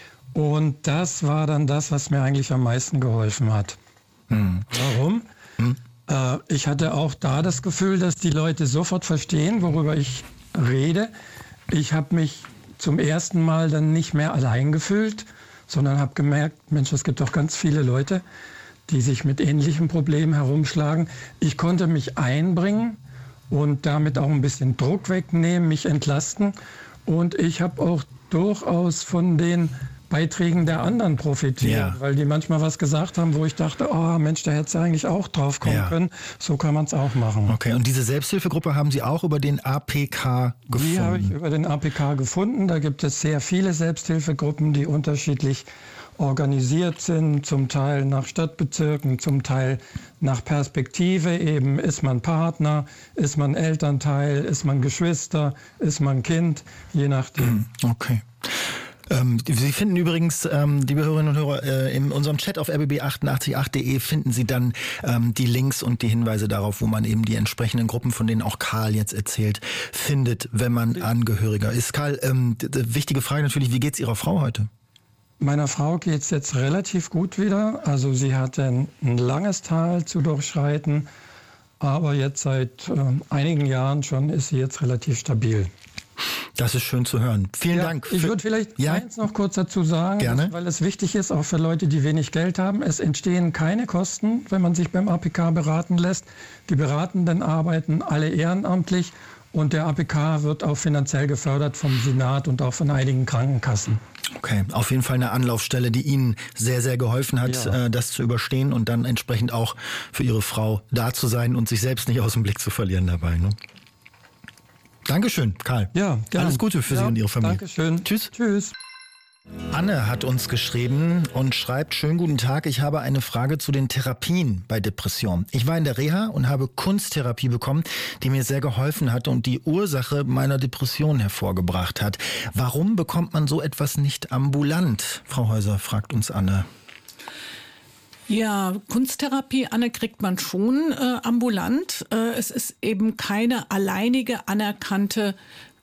Speaker 7: Und das war dann das, was mir eigentlich am meisten geholfen hat. Hm. Warum? Hm. Äh, ich hatte auch da das Gefühl, dass die Leute sofort verstehen, worüber ich rede. Ich habe mich zum ersten Mal dann nicht mehr allein gefühlt, sondern habe gemerkt, Mensch, es gibt doch ganz viele Leute, die sich mit ähnlichen Problemen herumschlagen. Ich konnte mich einbringen und damit auch ein bisschen Druck wegnehmen, mich entlasten. Und ich habe auch durchaus von den Beiträgen der anderen profitiert, ja. weil die manchmal was gesagt haben, wo ich dachte, oh Mensch, da hätte eigentlich auch drauf kommen ja. können. So kann man es auch machen.
Speaker 2: Okay, und diese Selbsthilfegruppe haben Sie auch über den A P K gefunden?
Speaker 7: Die habe ich über den A P K gefunden. Da gibt es sehr viele Selbsthilfegruppen, die unterschiedlich organisiert sind, zum Teil nach Stadtbezirken, zum Teil nach Perspektive. Eben ist man Partner, ist man Elternteil, ist man Geschwister, ist man Kind, je nachdem.
Speaker 2: Okay. Ähm, Sie finden übrigens, ähm, liebe Hörerinnen und Hörer, äh, in unserem Chat auf r b b achtundachtzig punkt acht punkt de finden Sie dann ähm, die Links und die Hinweise darauf, wo man eben die entsprechenden Gruppen, von denen auch Karl jetzt erzählt, findet, wenn man Angehöriger ist. Karl, ähm, d- d- wichtige Frage natürlich, wie geht's Ihrer Frau heute?
Speaker 7: Meiner Frau geht es jetzt relativ gut wieder. Also sie hatte ein, ein langes Tal zu durchschreiten, aber jetzt seit äh, einigen Jahren schon ist sie jetzt relativ stabil.
Speaker 2: Das ist schön zu hören. Vielen
Speaker 7: ja,
Speaker 2: Dank.
Speaker 7: Ich würde vielleicht ja? eins noch kurz dazu sagen,
Speaker 2: Gerne.
Speaker 7: weil es wichtig ist, auch für Leute, die wenig Geld haben. Es entstehen keine Kosten, wenn man sich beim A P K beraten lässt. Die Beratenden arbeiten alle ehrenamtlich und der A P K wird auch finanziell gefördert vom Senat und auch von einigen Krankenkassen.
Speaker 2: Okay, auf jeden Fall eine Anlaufstelle, die Ihnen sehr, sehr geholfen hat,
Speaker 7: ja.
Speaker 2: äh, das zu überstehen und dann entsprechend auch für Ihre Frau da zu sein und sich selbst nicht aus dem Blick zu verlieren dabei. Ne? Dankeschön, Karl.
Speaker 7: Ja, gerne.
Speaker 2: Alles Gute für
Speaker 7: ja,
Speaker 2: Sie und Ihre Familie.
Speaker 7: Dankeschön.
Speaker 2: Tschüss.
Speaker 7: Tschüss.
Speaker 2: Anne hat uns geschrieben und schreibt, schönen guten Tag, ich habe eine Frage zu den Therapien bei Depression. Ich war in der Reha und habe Kunsttherapie bekommen, die mir sehr geholfen hat und die Ursache meiner Depression hervorgebracht hat. Warum bekommt man so etwas nicht ambulant? Frau Häuser, fragt uns Anne.
Speaker 3: Ja, Kunsttherapie, Anne, kriegt man schon äh, ambulant. Äh, es ist eben keine alleinige anerkannte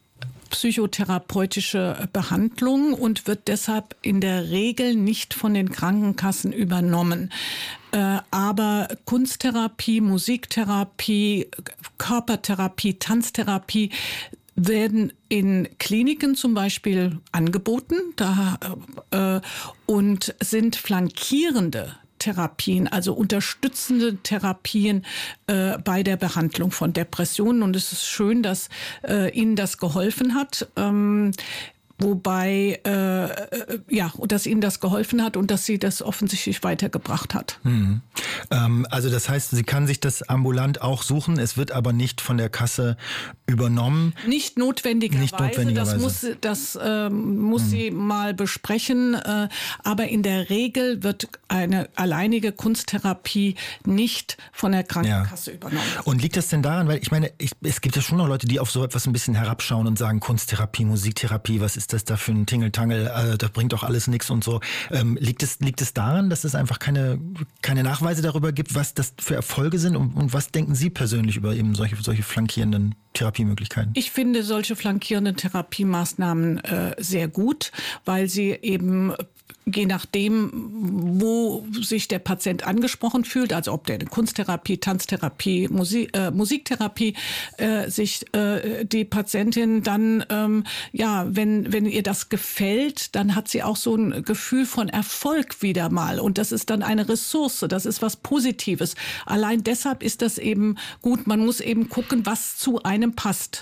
Speaker 3: psychotherapeutische Behandlung und wird deshalb in der Regel nicht von den Krankenkassen übernommen. Äh, aber Kunsttherapie, Musiktherapie, Körpertherapie, Tanztherapie werden in Kliniken zum Beispiel angeboten da, äh, und sind flankierende Therapien, also unterstützende Therapien äh, bei der Behandlung von Depressionen. Und es ist schön, dass äh, Ihnen das geholfen hat. Ähm, Wobei, äh, ja, dass Ihnen das geholfen hat und dass sie das offensichtlich weitergebracht hat.
Speaker 2: Hm. Ähm, also das heißt, sie kann sich das ambulant auch suchen, es wird aber nicht von der Kasse übernommen.
Speaker 3: Nicht notwendigerweise,
Speaker 2: nicht notwendigerweise.
Speaker 3: das muss, das, äh, muss hm. sie mal besprechen, äh, aber in der Regel wird eine alleinige Kunsttherapie nicht von der Krankenkasse ja. übernommen.
Speaker 2: Und liegt das denn daran, weil ich meine, ich, es gibt ja schon noch Leute, die auf so etwas ein bisschen herabschauen und sagen, Kunsttherapie, Musiktherapie, was ist das da für ein Tingeltangel, äh, das bringt doch alles nichts und so. Ähm, liegt es, liegt es daran, dass es einfach keine, keine Nachweise darüber gibt, was das für Erfolge sind und, und was denken Sie persönlich über eben solche, solche flankierenden Therapiemöglichkeiten?
Speaker 3: Ich finde solche flankierenden Therapiemaßnahmen äh, sehr gut, weil sie eben je nachdem, wo sich der Patient angesprochen fühlt, also ob der eine Kunsttherapie, Tanztherapie, Musik, äh, Musiktherapie, äh, sich äh, die Patientin dann, ähm, ja, wenn, wenn ihr das gefällt, dann hat sie auch so ein Gefühl von Erfolg wieder mal. Und das ist dann eine Ressource, das ist was Positives. Allein deshalb ist das eben gut. Man muss eben gucken, was zu einem passt.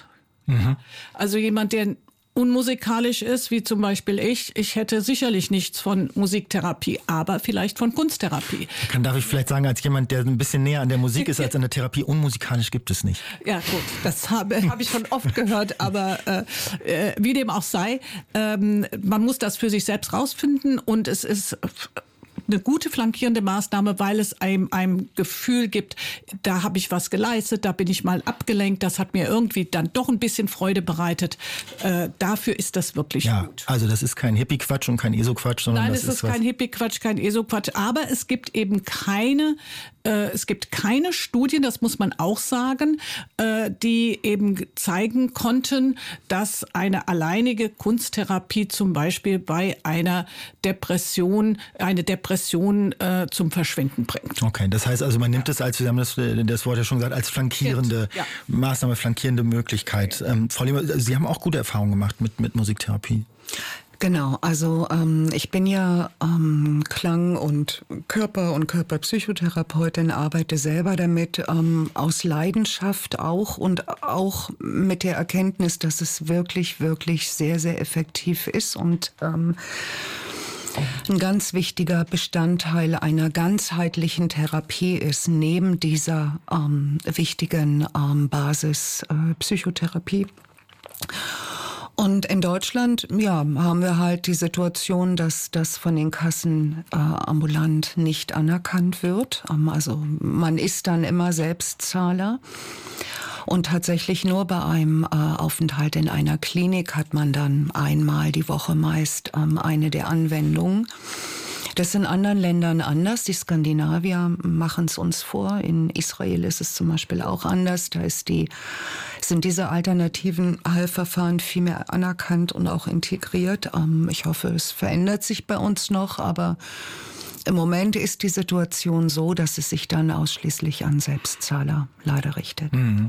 Speaker 3: Mhm. Also jemand, der unmusikalisch ist, wie zum Beispiel ich, ich hätte sicherlich nichts von Musiktherapie, aber vielleicht von Kunsttherapie.
Speaker 2: Kann, darf ich vielleicht sagen, als jemand, der ein bisschen näher an der Musik ist als an der Therapie, unmusikalisch gibt es nicht.
Speaker 3: Ja gut, das habe, habe ich schon oft gehört, aber äh, wie dem auch sei, ähm, man muss das für sich selbst rausfinden und es ist eine gute flankierende Maßnahme, weil es einem ein Gefühl gibt, da habe ich was geleistet, da bin ich mal abgelenkt, das hat mir irgendwie dann doch ein bisschen Freude bereitet. Äh, dafür ist das wirklich
Speaker 2: ja,
Speaker 3: gut.
Speaker 2: Also das ist kein Hippie-Quatsch und kein E S O-Quatsch, sondern
Speaker 3: Nein,
Speaker 2: das
Speaker 3: es
Speaker 2: ist
Speaker 3: ist kein Hippie-Quatsch, kein E S O-Quatsch, aber es gibt eben keine, äh, es gibt keine Studien, das muss man auch sagen, äh, die eben zeigen konnten, dass eine alleinige Kunsttherapie zum Beispiel bei einer Depression, eine Depression Äh, zum Verschwinden bringt.
Speaker 2: Okay, das heißt also, man nimmt es als, Sie haben das, das Wort ja schon gesagt, als flankierende ja. Maßnahme, flankierende Möglichkeit. Ähm, Frau Lehmer, Sie haben auch gute Erfahrungen gemacht mit, mit Musiktherapie.
Speaker 4: Genau, also ähm, ich bin ja ähm, Klang- und Körper- und Körperpsychotherapeutin, arbeite selber damit ähm, aus Leidenschaft auch und auch mit der Erkenntnis, dass es wirklich, wirklich sehr, sehr effektiv ist und ähm, ein ganz wichtiger Bestandteil einer ganzheitlichen Therapie ist, neben dieser ähm, wichtigen ähm, Basis äh, Psychotherapie. Und in Deutschland, ja, haben wir halt die Situation, dass das von den Kassen äh, ambulant nicht anerkannt wird. Ähm, also man ist dann immer Selbstzahler. Und tatsächlich nur bei einem äh, Aufenthalt in einer Klinik hat man dann einmal die Woche meist ähm, eine der Anwendungen. Das ist in anderen Ländern anders. Die Skandinavier machen es uns vor. In Israel ist es zum Beispiel auch anders. Da ist die, sind diese alternativen Heilverfahren viel mehr anerkannt und auch integriert. Ähm, ich hoffe, es verändert sich bei uns noch, aber im Moment ist die Situation so, dass es sich dann ausschließlich an Selbstzahler leider richtet.
Speaker 2: Mhm.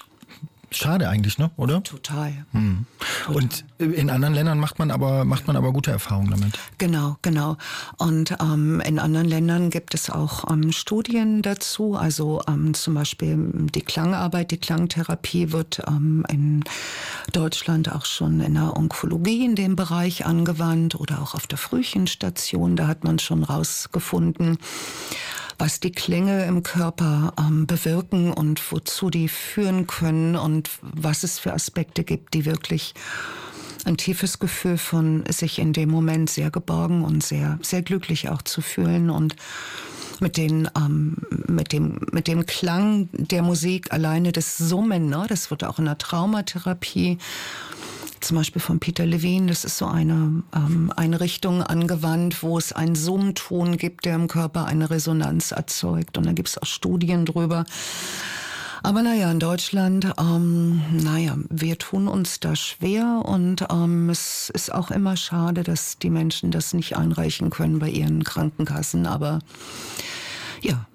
Speaker 2: Schade eigentlich, ne? Oder?
Speaker 4: Total.
Speaker 2: Mhm.
Speaker 4: Total.
Speaker 2: Und in anderen Ländern macht man aber macht man aber gute Erfahrungen damit.
Speaker 4: Genau, genau. Und ähm, in anderen Ländern gibt es auch ähm, Studien dazu. Also ähm, zum Beispiel die Klangarbeit, die Klangtherapie wird ähm, in Deutschland auch schon in der Onkologie in dem Bereich angewandt oder auch auf der Frühchenstation. Da hat man schon rausgefunden, was die Klänge im Körper ähm, bewirken und wozu die führen können und was es für Aspekte gibt, die wirklich ein tiefes Gefühl von sich in dem Moment sehr geborgen und sehr, sehr glücklich auch zu fühlen und mit den, ähm, mit dem, mit dem Klang der Musik alleine das Summen, ne, das wird auch in der Traumatherapie zum Beispiel von Peter Levine, das ist so eine ähm, Einrichtung angewandt, wo es einen Summton gibt, der im Körper eine Resonanz erzeugt. Und da gibt es auch Studien drüber. Aber naja, in Deutschland, ähm, naja, wir tun uns da schwer und ähm, es ist auch immer schade, dass die Menschen das nicht einreichen können bei ihren Krankenkassen. Aber ja.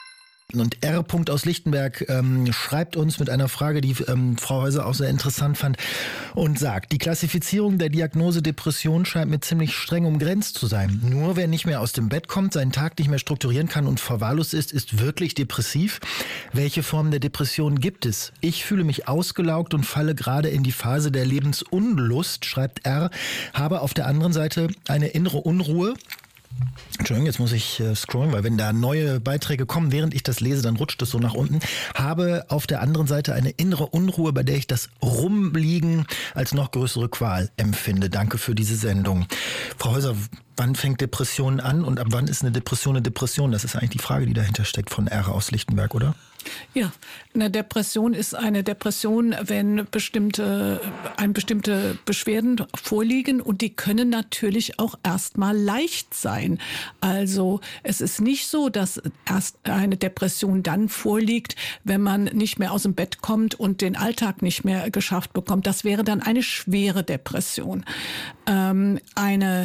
Speaker 2: Und R. aus Lichtenberg ähm, schreibt uns mit einer Frage, die ähm, Frau Häuser auch sehr interessant fand und sagt, die Klassifizierung der Diagnose Depression scheint mir ziemlich streng umgrenzt zu sein. Nur wer nicht mehr aus dem Bett kommt, seinen Tag nicht mehr strukturieren kann und verwahrlost ist, ist wirklich depressiv. Welche Formen der Depression gibt es? Ich fühle mich ausgelaugt und falle gerade in die Phase der Lebensunlust, schreibt R. Habe auf der anderen Seite eine innere Unruhe. Entschuldigung, jetzt muss ich äh, scrollen, weil wenn da neue Beiträge kommen, während ich das lese, dann rutscht es so nach unten. Habe auf der anderen Seite eine innere Unruhe, bei der ich das Rumliegen als noch größere Qual empfinde. Danke für diese Sendung. Frau Häuser, wann fängt Depression an und ab wann ist eine Depression eine Depression? Das ist eigentlich die Frage, die dahinter steckt von R. aus Lichtenberg, oder?
Speaker 3: Ja, eine Depression ist eine Depression, wenn bestimmte, ein bestimmte Beschwerden vorliegen und die können natürlich auch erstmal leicht sein. Also es ist nicht so, dass erst eine Depression dann vorliegt, wenn man nicht mehr aus dem Bett kommt und den Alltag nicht mehr geschafft bekommt. Das wäre dann eine schwere Depression. Ähm, eine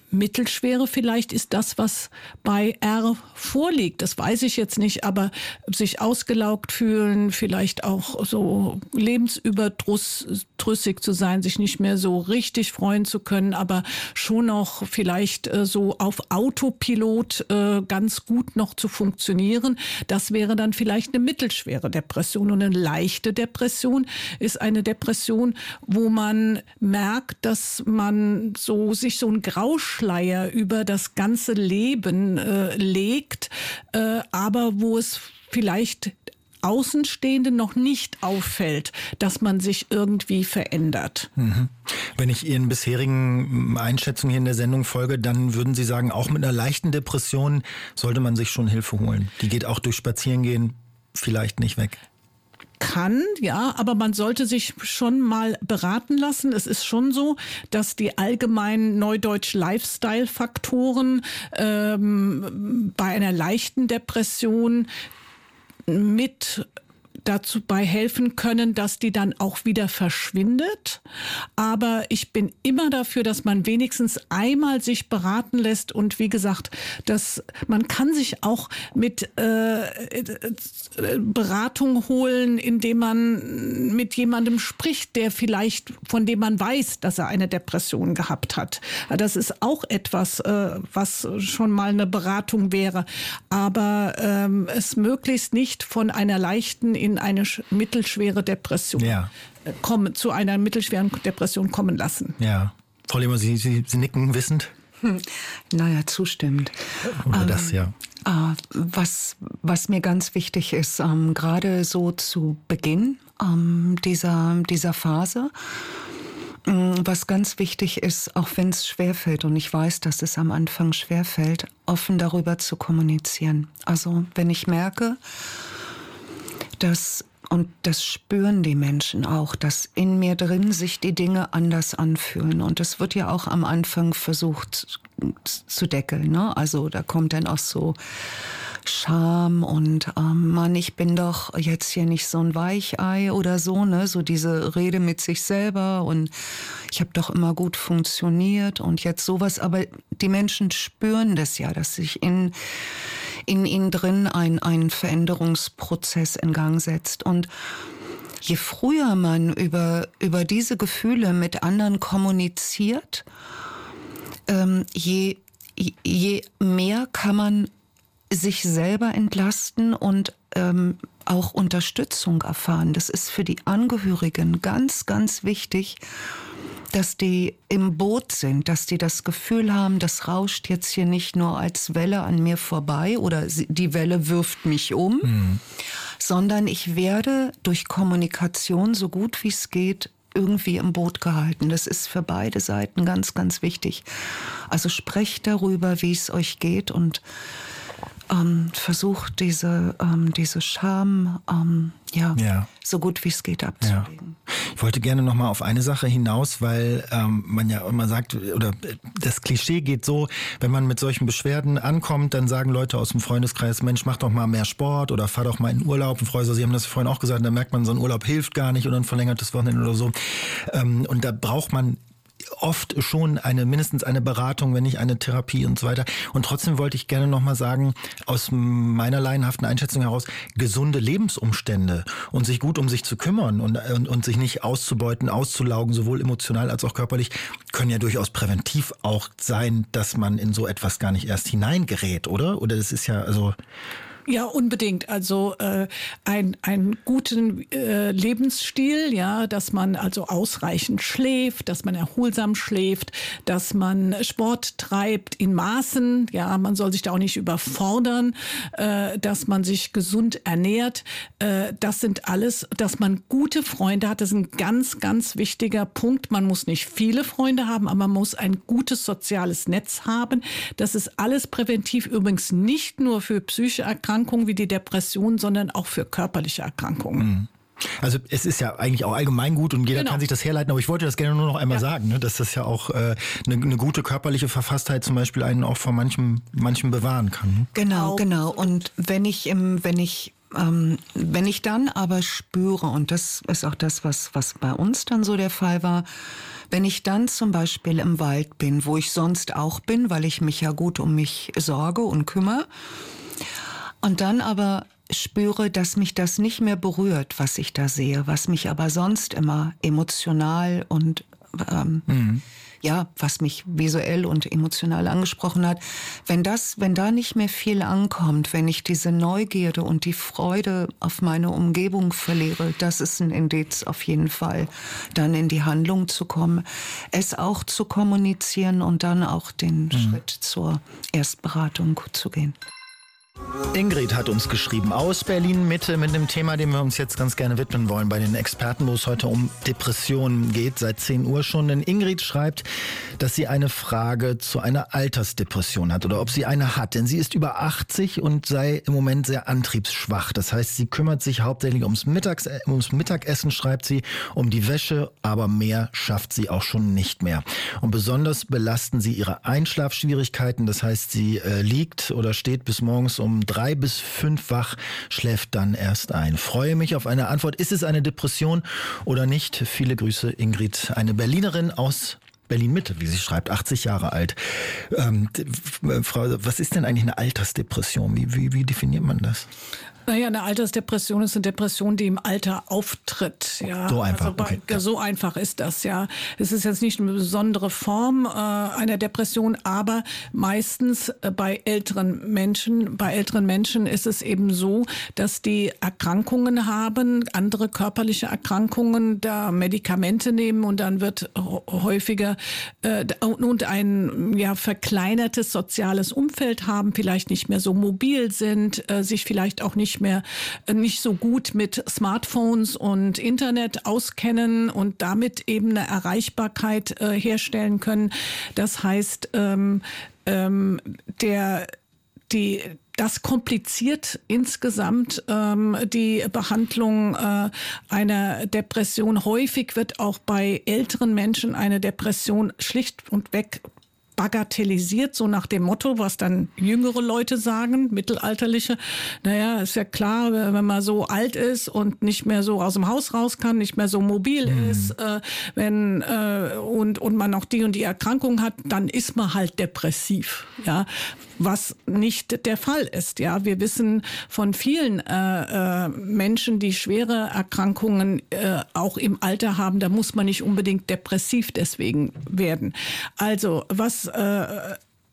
Speaker 3: Mittelschwere vielleicht ist das, was bei R vorliegt. Das weiß ich jetzt nicht, aber sich ausgelaugt fühlen, vielleicht auch so lebensüberdrüssig zu sein, sich nicht mehr so richtig freuen zu können, aber schon noch vielleicht äh, so auf Autopilot äh, ganz gut noch zu funktionieren. Das wäre dann vielleicht eine mittelschwere Depression. Und eine leichte Depression ist eine Depression, wo man merkt, dass man so sich so ein Grauschleier über das ganze Leben äh, legt, äh, aber wo es vielleicht Außenstehenden noch nicht auffällt, dass man sich irgendwie verändert.
Speaker 2: Mhm. Wenn ich Ihren bisherigen Einschätzungen hier in der Sendung folge, dann würden Sie sagen, auch mit einer leichten Depression sollte man sich schon Hilfe holen. Die geht auch durch Spazierengehen vielleicht nicht weg.
Speaker 3: Kann, ja, aber man sollte sich schon mal beraten lassen. Es ist schon so, dass die allgemeinen Neudeutsch-Lifestyle-Faktoren ähm, bei einer leichten Depression mit dazu bei helfen können, dass die dann auch wieder verschwindet. Aber ich bin immer dafür, dass man wenigstens einmal sich beraten lässt und wie gesagt, dass man kann sich auch mit äh, Beratung holen, indem man mit jemandem spricht, der vielleicht, von dem man weiß, dass er eine Depression gehabt hat. Das ist auch etwas, äh, was schon mal eine Beratung wäre. Aber ähm, es möglichst nicht von einer leichten in eine mittelschwere Depression
Speaker 2: ja.
Speaker 3: kommen, zu einer mittelschweren Depression kommen lassen.
Speaker 2: Ja. Frau Lehmann, Sie, Sie, Sie nicken wissend?
Speaker 4: Hm. Naja, zustimmend.
Speaker 2: Oder
Speaker 4: ähm,
Speaker 2: das, ja.
Speaker 4: Äh, was, was mir ganz wichtig ist, ähm, gerade so zu Beginn ähm, dieser, dieser Phase, ähm, was ganz wichtig ist, auch wenn es schwerfällt, und ich weiß, dass es am Anfang schwerfällt, offen darüber zu kommunizieren. Also wenn ich merke, dass, und das spüren die Menschen auch, dass in mir drin sich die Dinge anders anfühlen. Und das wird ja auch am Anfang versucht zu deckeln, ne? Also da kommt dann auch so Scham und ähm, Mann, ich bin doch jetzt hier nicht so ein Weichei oder so, ne? So diese Rede mit sich selber und ich habe doch immer gut funktioniert und jetzt sowas. Aber die Menschen spüren das ja, dass sich in in ihnen drin ein, ein Veränderungsprozess in Gang setzt. Und je früher man über, über diese Gefühle mit anderen kommuniziert, ähm, je, je mehr kann man sich selber entlasten und ähm, auch Unterstützung erfahren. Das ist für die Angehörigen ganz, ganz wichtig, dass die im Boot sind, dass die das Gefühl haben, das rauscht jetzt hier nicht nur als Welle an mir vorbei oder die Welle wirft mich um, mhm. sondern ich werde durch Kommunikation so gut wie es geht irgendwie im Boot gehalten. Das ist für beide Seiten ganz, ganz wichtig. Also sprecht darüber, wie es euch geht und ähm, versucht diese, ähm, diese Scham ähm, ja, ja. so gut wie es geht abzulegen.
Speaker 2: Ja. Ich wollte gerne noch mal auf eine Sache hinaus, weil ähm, man ja immer sagt, oder das Klischee geht so, wenn man mit solchen Beschwerden ankommt, dann sagen Leute aus dem Freundeskreis, Mensch, mach doch mal mehr Sport oder fahr doch mal in Urlaub. Und Frau Häuser, Sie haben das vorhin auch gesagt, da merkt man, so ein Urlaub hilft gar nicht oder ein verlängertes Wochenende oder so. Ähm, und da braucht man oft schon eine, mindestens eine Beratung, wenn nicht eine Therapie und so weiter. Und trotzdem wollte ich gerne nochmal sagen, aus meiner laienhaften Einschätzung heraus, gesunde Lebensumstände und sich gut um sich zu kümmern und, und, und sich nicht auszubeuten, auszulaugen, sowohl emotional als auch körperlich, können ja durchaus präventiv auch sein, dass man in so etwas gar nicht erst hineingerät, oder? Oder das ist ja, also...
Speaker 3: Ja, unbedingt. Also äh, ein einen guten äh, Lebensstil, ja, dass man also ausreichend schläft, dass man erholsam schläft, dass man Sport treibt in Maßen, ja, man soll sich da auch nicht überfordern, äh, dass man sich gesund ernährt. Äh, das sind alles, dass man gute Freunde hat. Das ist ein ganz, ganz wichtiger Punkt. Man muss nicht viele Freunde haben, aber man muss ein gutes soziales Netz haben. Das ist alles präventiv, übrigens nicht nur für psychische Erkrankungen wie die Depression, sondern auch für körperliche Erkrankungen.
Speaker 2: Also es ist ja eigentlich auch allgemein gut und jeder
Speaker 3: genau.
Speaker 2: kann sich das herleiten, aber ich wollte das gerne nur noch einmal ja. sagen, ne, dass das ja auch äh, eine, eine gute körperliche Verfasstheit zum Beispiel einen auch vor manchem, manchem bewahren kann. Ne?
Speaker 4: Genau, genau. Und wenn ich im, wenn ich Ähm, wenn ich dann aber spüre, und das ist auch das, was, was bei uns dann so der Fall war, wenn ich dann zum Beispiel im Wald bin, wo ich sonst auch bin, weil ich mich ja gut um mich sorge und kümmere, und dann aber spüre, dass mich das nicht mehr berührt, was ich da sehe, was mich aber sonst immer emotional und ähm, mhm. ja, was mich visuell und emotional angesprochen hat, wenn das, wenn da nicht mehr viel ankommt, wenn ich diese Neugierde und die Freude auf meine Umgebung verliere, das ist ein Indiz auf jeden Fall, dann in die Handlung zu kommen, es auch zu kommunizieren und dann auch den mhm. Schritt zur Erstberatung zu gehen.
Speaker 2: Ingrid hat uns geschrieben aus Berlin-Mitte mit einem Thema, dem wir uns jetzt ganz gerne widmen wollen bei den Experten, wo es heute um Depressionen geht, seit zehn Uhr schon. Denn Ingrid schreibt, dass sie eine Frage zu einer Altersdepression hat oder ob sie eine hat. Denn sie ist über achtzig und sei im Moment sehr antriebsschwach. Das heißt, sie kümmert sich hauptsächlich ums, Mittags- ums Mittagessen, schreibt sie, um die Wäsche, aber mehr schafft sie auch schon nicht mehr. Und besonders belasten sie ihre Einschlafschwierigkeiten. Das heißt, sie äh, liegt oder steht bis morgens um um drei bis fünf wach, schläft dann erst ein. Freue mich auf eine Antwort. Ist es eine Depression oder nicht? Viele Grüße, Ingrid, eine Berlinerin aus Berlin-Mitte, wie sie schreibt, achtzig Jahre alt. Ähm, Frau, was ist denn eigentlich eine Altersdepression? Wie, wie, wie definiert man das?
Speaker 3: Naja, eine Altersdepression ist eine Depression, die im Alter auftritt. Ja.
Speaker 2: So einfach.
Speaker 3: Also bei,
Speaker 2: okay.
Speaker 3: So einfach ist das, ja. Es ist jetzt nicht eine besondere Form äh, einer Depression, aber meistens äh, bei älteren Menschen, bei älteren Menschen ist es eben so, dass die Erkrankungen haben, andere körperliche Erkrankungen, da Medikamente nehmen und dann wird häufiger äh, und ein ja, verkleinertes soziales Umfeld haben, vielleicht nicht mehr so mobil sind, äh, sich vielleicht auch nicht mehr nicht so gut mit Smartphones und Internet auskennen und damit eben eine Erreichbarkeit äh, herstellen können. Das heißt, ähm, ähm, der die Das kompliziert insgesamt ähm, die Behandlung äh, einer Depression. Häufig wird auch bei älteren Menschen eine Depression schlicht und weg bagatellisiert, so nach dem Motto, was dann jüngere Leute sagen, mittelalterliche. Naja, ist ja klar, wenn man so alt ist und nicht mehr so aus dem Haus raus kann, nicht mehr so mobil mhm. ist, äh, wenn äh, und und man noch die und die Erkrankung hat, dann ist man halt depressiv, ja, was nicht der Fall ist. Ja, wir wissen von vielen äh, äh, Menschen, die schwere Erkrankungen äh, auch im Alter haben, da muss man nicht unbedingt depressiv deswegen werden. Also was äh,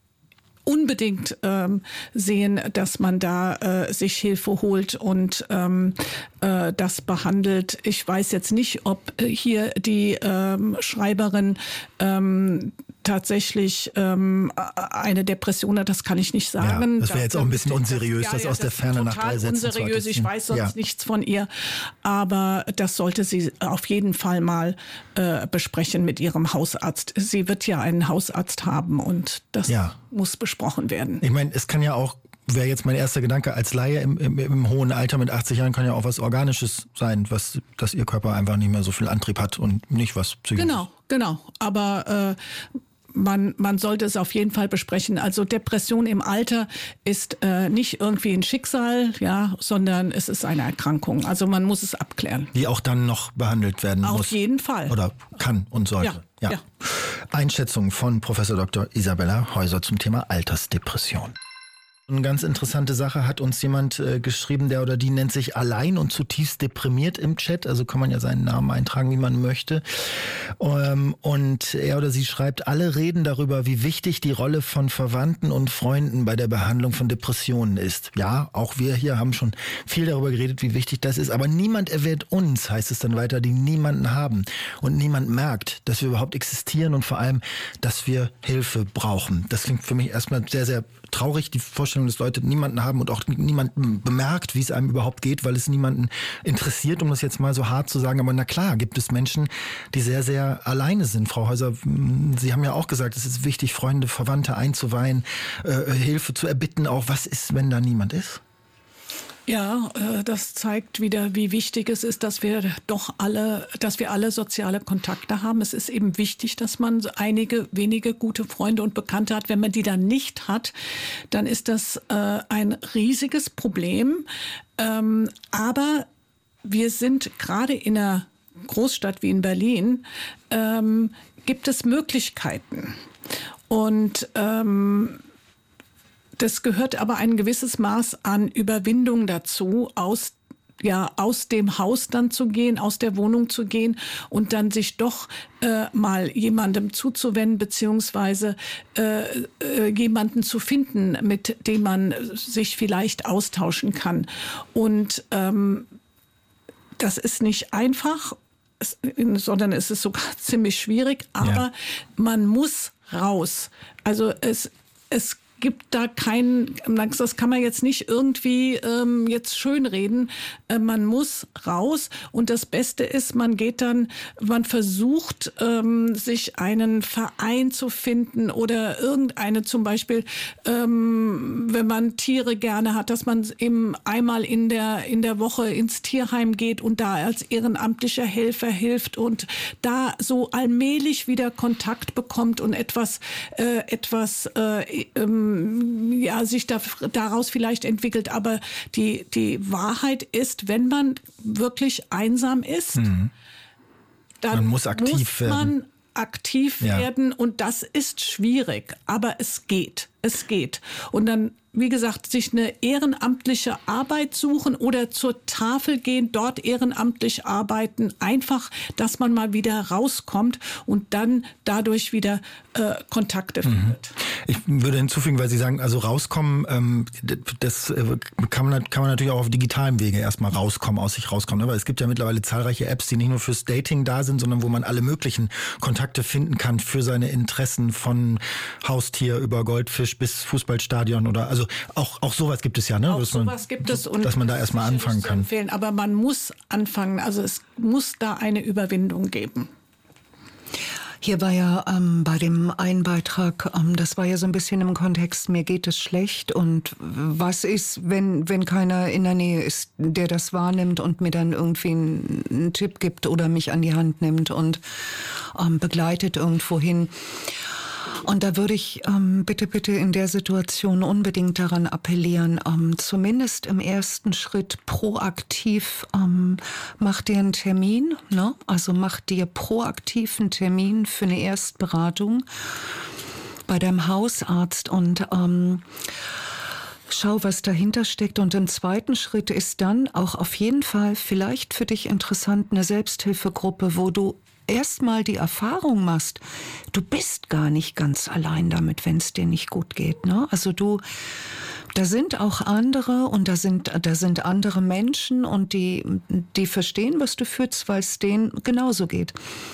Speaker 3: unbedingt ähm, sehen, dass man da äh, sich Hilfe holt und ähm, äh, das behandelt. Ich weiß jetzt nicht, ob hier die ähm, Schreiberin ähm, tatsächlich ähm, eine Depression hat, das kann ich nicht sagen.
Speaker 2: Ja, das wäre jetzt auch ein bisschen unseriös, das, ja, das ja, aus der Ferne nach drei Sätzen
Speaker 3: unseriös. Ich weiß sonst
Speaker 2: ja.
Speaker 3: nichts von ihr, aber das sollte sie auf jeden Fall mal äh, besprechen mit ihrem Hausarzt. Sie wird ja einen Hausarzt haben und das ja. muss besprochen werden.
Speaker 2: Ich meine, es kann ja auch, wäre jetzt mein erster Gedanke als Laie im, im, im hohen Alter mit achtzig Jahren, kann ja auch was Organisches sein, was, dass ihr Körper einfach nicht mehr so viel Antrieb hat und nicht was Psychisches.
Speaker 3: Genau, genau. Aber äh, Man, man sollte es auf jeden Fall besprechen. Also Depression im Alter ist äh, nicht irgendwie ein Schicksal, ja, sondern es ist eine Erkrankung. Also man muss es abklären.
Speaker 2: Die auch dann noch behandelt werden
Speaker 3: auf
Speaker 2: muss.
Speaker 3: Auf jeden Fall.
Speaker 2: Oder kann und sollte.
Speaker 3: Ja,
Speaker 2: ja.
Speaker 3: ja.
Speaker 2: Einschätzung von Professor Doktor Isabella Heuser zum Thema Altersdepression. Eine ganz interessante Sache hat uns jemand äh, geschrieben, der oder die nennt sich allein und zutiefst deprimiert im Chat. Also kann man ja seinen Namen eintragen, wie man möchte. Ähm, und er oder sie schreibt, alle reden darüber, wie wichtig die Rolle von Verwandten und Freunden bei der Behandlung von Depressionen ist. Ja, auch wir hier haben schon viel darüber geredet, wie wichtig das ist. Aber niemand erwähnt uns, heißt es dann weiter, die niemanden haben. Und niemand merkt, dass wir überhaupt existieren und vor allem, dass wir Hilfe brauchen. Das klingt für mich erstmal sehr, sehr traurig, die Vorstellung, dass Leute niemanden haben und auch niemanden bemerkt, wie es einem überhaupt geht, weil es niemanden interessiert, um das jetzt mal so hart zu sagen. Aber na klar, gibt es Menschen, die sehr, sehr alleine sind. Frau Heuser, Sie haben ja auch gesagt, es ist wichtig, Freunde, Verwandte einzuweihen, äh, Hilfe zu erbitten. Auch was ist, wenn da niemand ist?
Speaker 3: Ja, das zeigt wieder, wie wichtig es ist, dass wir doch alle, dass wir alle soziale Kontakte haben. Es ist eben wichtig, dass man einige wenige gute Freunde und Bekannte hat. Wenn man die dann nicht hat, dann ist das äh, ein riesiges Problem. Ähm, aber wir sind gerade in einer Großstadt wie in Berlin, ähm, gibt es Möglichkeiten. Und ähm, das gehört aber ein gewisses Maß an Überwindung dazu, aus ja, aus dem Haus dann zu gehen, aus der Wohnung zu gehen und dann sich doch äh, mal jemandem zuzuwenden, beziehungsweise äh, äh, jemanden zu finden, mit dem man sich vielleicht austauschen kann. Und ähm, das ist nicht einfach, es, sondern es ist sogar ziemlich schwierig, aber ja. man muss raus. Also es, es gibt da keinen, das kann man jetzt nicht irgendwie ähm, jetzt schönreden. Äh, man muss raus und das Beste ist, man geht dann, man versucht, ähm, sich einen Verein zu finden oder irgendeine zum Beispiel, ähm, wenn man Tiere gerne hat, dass man eben einmal in der, in der Woche ins Tierheim geht und da als ehrenamtlicher Helfer hilft und da so allmählich wieder Kontakt bekommt und etwas, äh, etwas, äh, ähm, ja, sich da, daraus vielleicht entwickelt. Aber die, die Wahrheit ist, wenn man wirklich einsam ist, mhm. dann
Speaker 2: man muss aktiv
Speaker 3: muss man
Speaker 2: werden.
Speaker 3: aktiv
Speaker 2: ja.
Speaker 3: werden. Und das ist schwierig. Aber es geht. Es geht. Und dann, wie gesagt, sich eine ehrenamtliche Arbeit suchen oder zur Tafel gehen, dort ehrenamtlich arbeiten. Einfach, dass man mal wieder rauskommt und dann dadurch wieder äh, Kontakte
Speaker 2: mhm.
Speaker 3: findet.
Speaker 2: Ich würde hinzufügen, weil Sie sagen, also rauskommen, ähm, das äh, kann, man, kann man natürlich auch auf digitalem Wege erstmal rauskommen, aus sich rauskommen. Aber es gibt ja mittlerweile zahlreiche Apps, die nicht nur fürs Dating da sind, sondern wo man alle möglichen Kontakte finden kann für seine Interessen, von Haustier über Goldfisch bis Fußballstadion oder also auch auch sowas gibt es ja, ne?
Speaker 3: Auch
Speaker 2: dass man,
Speaker 3: sowas gibt es und
Speaker 2: dass man da erstmal anfangen kann.
Speaker 3: Empfehlen, aber man muss anfangen, also es muss da eine Überwindung geben.
Speaker 4: Hier war ja ähm, bei dem einen Beitrag, ähm, das war ja so ein bisschen im Kontext, mir geht es schlecht und was ist, wenn, wenn keiner in der Nähe ist, der das wahrnimmt und mir dann irgendwie einen, einen Tipp gibt oder mich an die Hand nimmt und ähm, begleitet irgendwo hin. Und da würde ich ähm, bitte, bitte in der Situation unbedingt daran appellieren, ähm, zumindest im ersten Schritt proaktiv, ähm, mach dir einen Termin, ne? Also mach dir proaktiv einen Termin für eine Erstberatung bei deinem Hausarzt und ähm, schau, was dahinter steckt. Und im zweiten Schritt ist dann auch auf jeden Fall vielleicht für dich interessant eine Selbsthilfegruppe, wo du erstmal die Erfahrung machst, du bist gar nicht ganz allein damit, wenn es dir nicht gut geht, ne? Also du, da sind auch andere und da sind, da sind andere Menschen und die, die verstehen, was du fühlst, weil es denen genauso geht.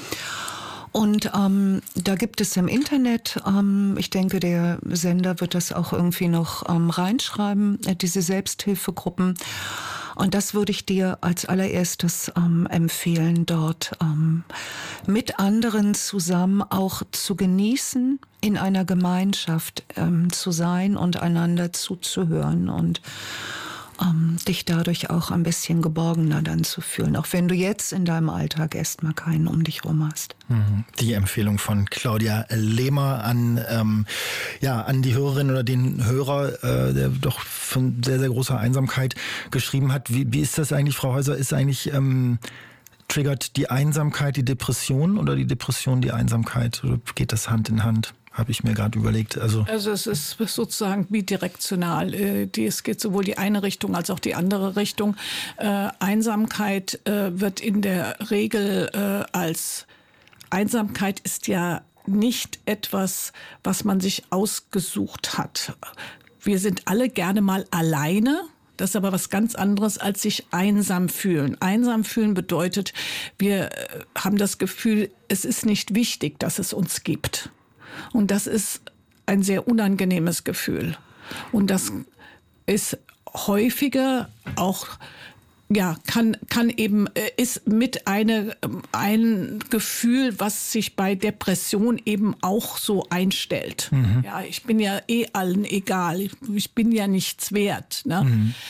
Speaker 4: Und ähm, da gibt es im Internet, ähm, ich denke, der Sender wird das auch irgendwie noch ähm, reinschreiben, äh, diese Selbsthilfegruppen. Und das würde ich dir als allererstes ähm, empfehlen, dort ähm, mit anderen zusammen auch zu genießen, in einer Gemeinschaft ähm, zu sein und einander zuzuhören und ähm, dich dadurch auch ein bisschen geborgener dann zu fühlen, auch wenn du jetzt in deinem Alltag erstmal keinen um dich rum hast.
Speaker 2: Die Empfehlung von Claudia Lehmer an, ähm, ja, an die Hörerin oder den Hörer, äh, der doch von sehr, sehr großer Einsamkeit geschrieben hat. Wie, wie ist das eigentlich, Frau Häuser? Ist eigentlich, ähm, triggert die Einsamkeit die Depression oder die Depression die Einsamkeit? Oder geht das Hand in Hand? Habe ich mir gerade überlegt. Also,
Speaker 3: also es ist sozusagen bidirektional. Es geht sowohl die eine Richtung als auch die andere Richtung. Äh, Einsamkeit äh, wird in der Regel äh, als Einsamkeit ist ja nicht etwas, was man sich ausgesucht hat. Wir sind alle gerne mal alleine. Das ist aber was ganz anderes, als sich einsam fühlen. Einsam fühlen bedeutet, wir haben das Gefühl, es ist nicht wichtig, dass es uns gibt. Und das ist ein sehr unangenehmes Gefühl. Und das ist häufiger auch, ja, kann, kann eben, ist mit eine, ein Gefühl, was sich bei Depression eben auch so einstellt. Mhm. Ja, ich bin ja eh allen egal. Ich bin ja nichts wert. Ne? Mhm.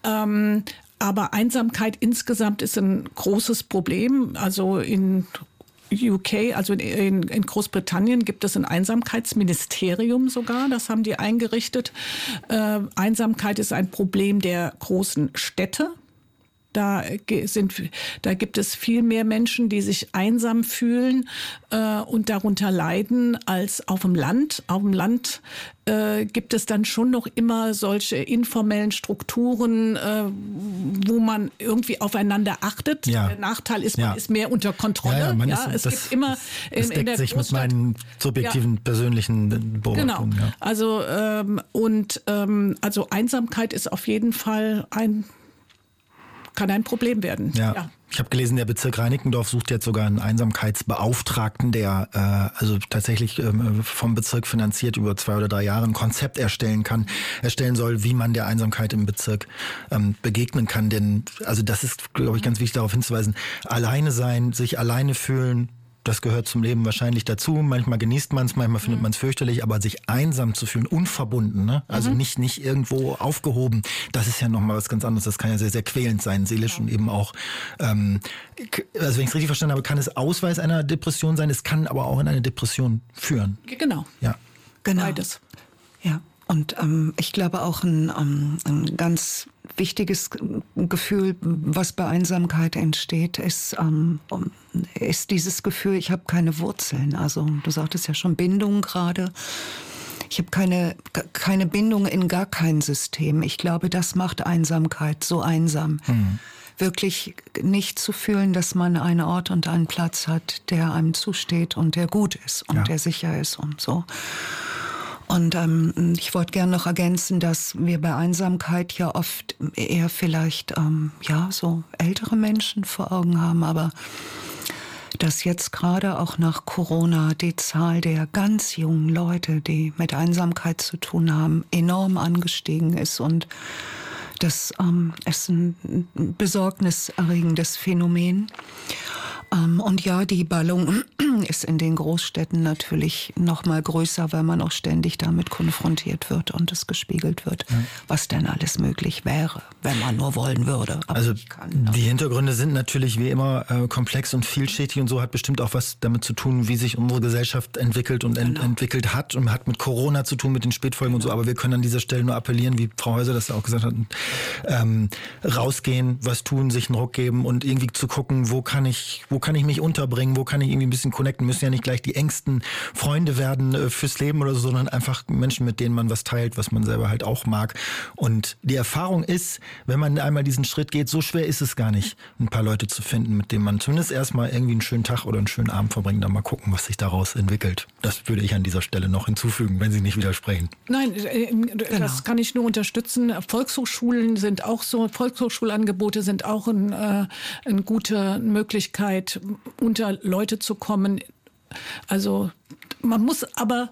Speaker 3: Ähm, aber Einsamkeit insgesamt ist ein großes Problem. Also in U K, also in, in Großbritannien gibt es ein Einsamkeitsministerium sogar, das haben die eingerichtet. Äh, Einsamkeit ist ein Problem der großen Städte. Da, sind, da gibt es viel mehr Menschen, die sich einsam fühlen äh, und darunter leiden als auf dem Land. Auf dem Land äh, gibt es dann schon noch immer solche informellen Strukturen, äh, wo man irgendwie aufeinander achtet.
Speaker 2: Ja.
Speaker 3: Der Nachteil ist, man
Speaker 2: ja.
Speaker 3: ist mehr unter Kontrolle.
Speaker 2: Ja, ja, man
Speaker 3: ja,
Speaker 2: ist,
Speaker 3: es
Speaker 2: das,
Speaker 3: gibt immer
Speaker 2: es
Speaker 3: in,
Speaker 2: deckt
Speaker 3: in der
Speaker 2: sich
Speaker 3: Großstadt,
Speaker 2: mit meinen subjektiven,
Speaker 3: ja.
Speaker 2: persönlichen Beobachtungen.
Speaker 3: Genau.
Speaker 2: Ja.
Speaker 3: Also ähm, und ähm, also Einsamkeit ist auf jeden Fall ein kann ein Problem werden.
Speaker 2: Ja.
Speaker 3: ja.
Speaker 2: Ich habe gelesen, der Bezirk Reinickendorf sucht jetzt sogar einen Einsamkeitsbeauftragten, der äh, also tatsächlich ähm, vom Bezirk finanziert über zwei oder drei Jahre ein Konzept erstellen kann, erstellen soll, wie man der Einsamkeit im Bezirk ähm, begegnen kann. Denn also das ist, glaube ich, ganz wichtig darauf hinzuweisen, alleine sein, sich alleine fühlen, das gehört zum Leben wahrscheinlich dazu. Manchmal genießt man es, manchmal findet man es fürchterlich, aber sich einsam zu fühlen, unverbunden, ne? Also mhm. nicht nicht irgendwo aufgehoben, das ist ja nochmal was ganz anderes. Das kann ja sehr, sehr quälend sein, seelisch ja. und eben auch, ähm, also wenn ich es richtig verstanden habe, kann es Ausweis einer Depression sein, es kann aber auch in eine Depression führen.
Speaker 3: Genau.
Speaker 2: Ja.
Speaker 4: Genau.
Speaker 3: Beides.
Speaker 4: Ja. Und ähm, ich glaube auch ein, ähm, ein ganz wichtiges Gefühl, was bei Einsamkeit entsteht, ist, ähm, ist dieses Gefühl, ich habe keine Wurzeln. Also du sagtest ja schon Bindung gerade. Ich habe keine, keine Bindung in gar kein System. Ich glaube, das macht Einsamkeit so einsam. Mhm. Wirklich nicht zu fühlen, dass man einen Ort und einen Platz hat, der einem zusteht und der gut ist und ja. der sicher ist und so. Und ähm, ich wollte gerne noch ergänzen, dass wir bei Einsamkeit ja oft eher vielleicht ähm, ja so ältere Menschen vor Augen haben, aber dass jetzt gerade auch nach Corona die Zahl der ganz jungen Leute, die mit Einsamkeit zu tun haben, enorm angestiegen ist und das ähm, ist ein besorgniserregendes Phänomen. Ähm, und ja, die Ballung ist in den Großstädten natürlich noch mal größer, weil man auch ständig damit konfrontiert wird und es gespiegelt wird, ja. was denn alles möglich wäre, wenn man nur wollen würde. Aber
Speaker 2: also
Speaker 4: kann, ne?
Speaker 2: Die Hintergründe sind natürlich wie immer äh, komplex und vielschichtig und so hat bestimmt auch was damit zu tun, wie sich unsere Gesellschaft entwickelt und ent- genau. entwickelt hat und hat mit Corona zu tun, mit den Spätfolgen genau. und so. Aber wir können an dieser Stelle nur appellieren, wie Frau Häuser das auch gesagt hat, ähm, rausgehen, was tun, sich einen Ruck geben und irgendwie zu gucken, wo kann ich, wo kann ich mich unterbringen, wo kann ich irgendwie ein bisschen connecten, müssen ja nicht gleich die engsten Freunde werden äh, fürs Leben oder so, sondern einfach Menschen, mit denen man was teilt, was man selber halt auch mag. Und die Erfahrung ist, wenn man einmal diesen Schritt geht, so schwer ist es gar nicht, ein paar Leute zu finden, mit denen man zumindest erstmal irgendwie einen schönen Tag oder einen schönen Abend verbringt, dann mal gucken, was sich daraus entwickelt. Das würde ich an dieser Stelle noch hinzufügen, wenn Sie nicht widersprechen.
Speaker 3: Nein, äh, das genau. kann ich nur unterstützen. Volkshochschulen sind auch so, Volkshochschulangebote sind auch ein, äh, eine gute Möglichkeit, unter Leute zu kommen. Also man muss aber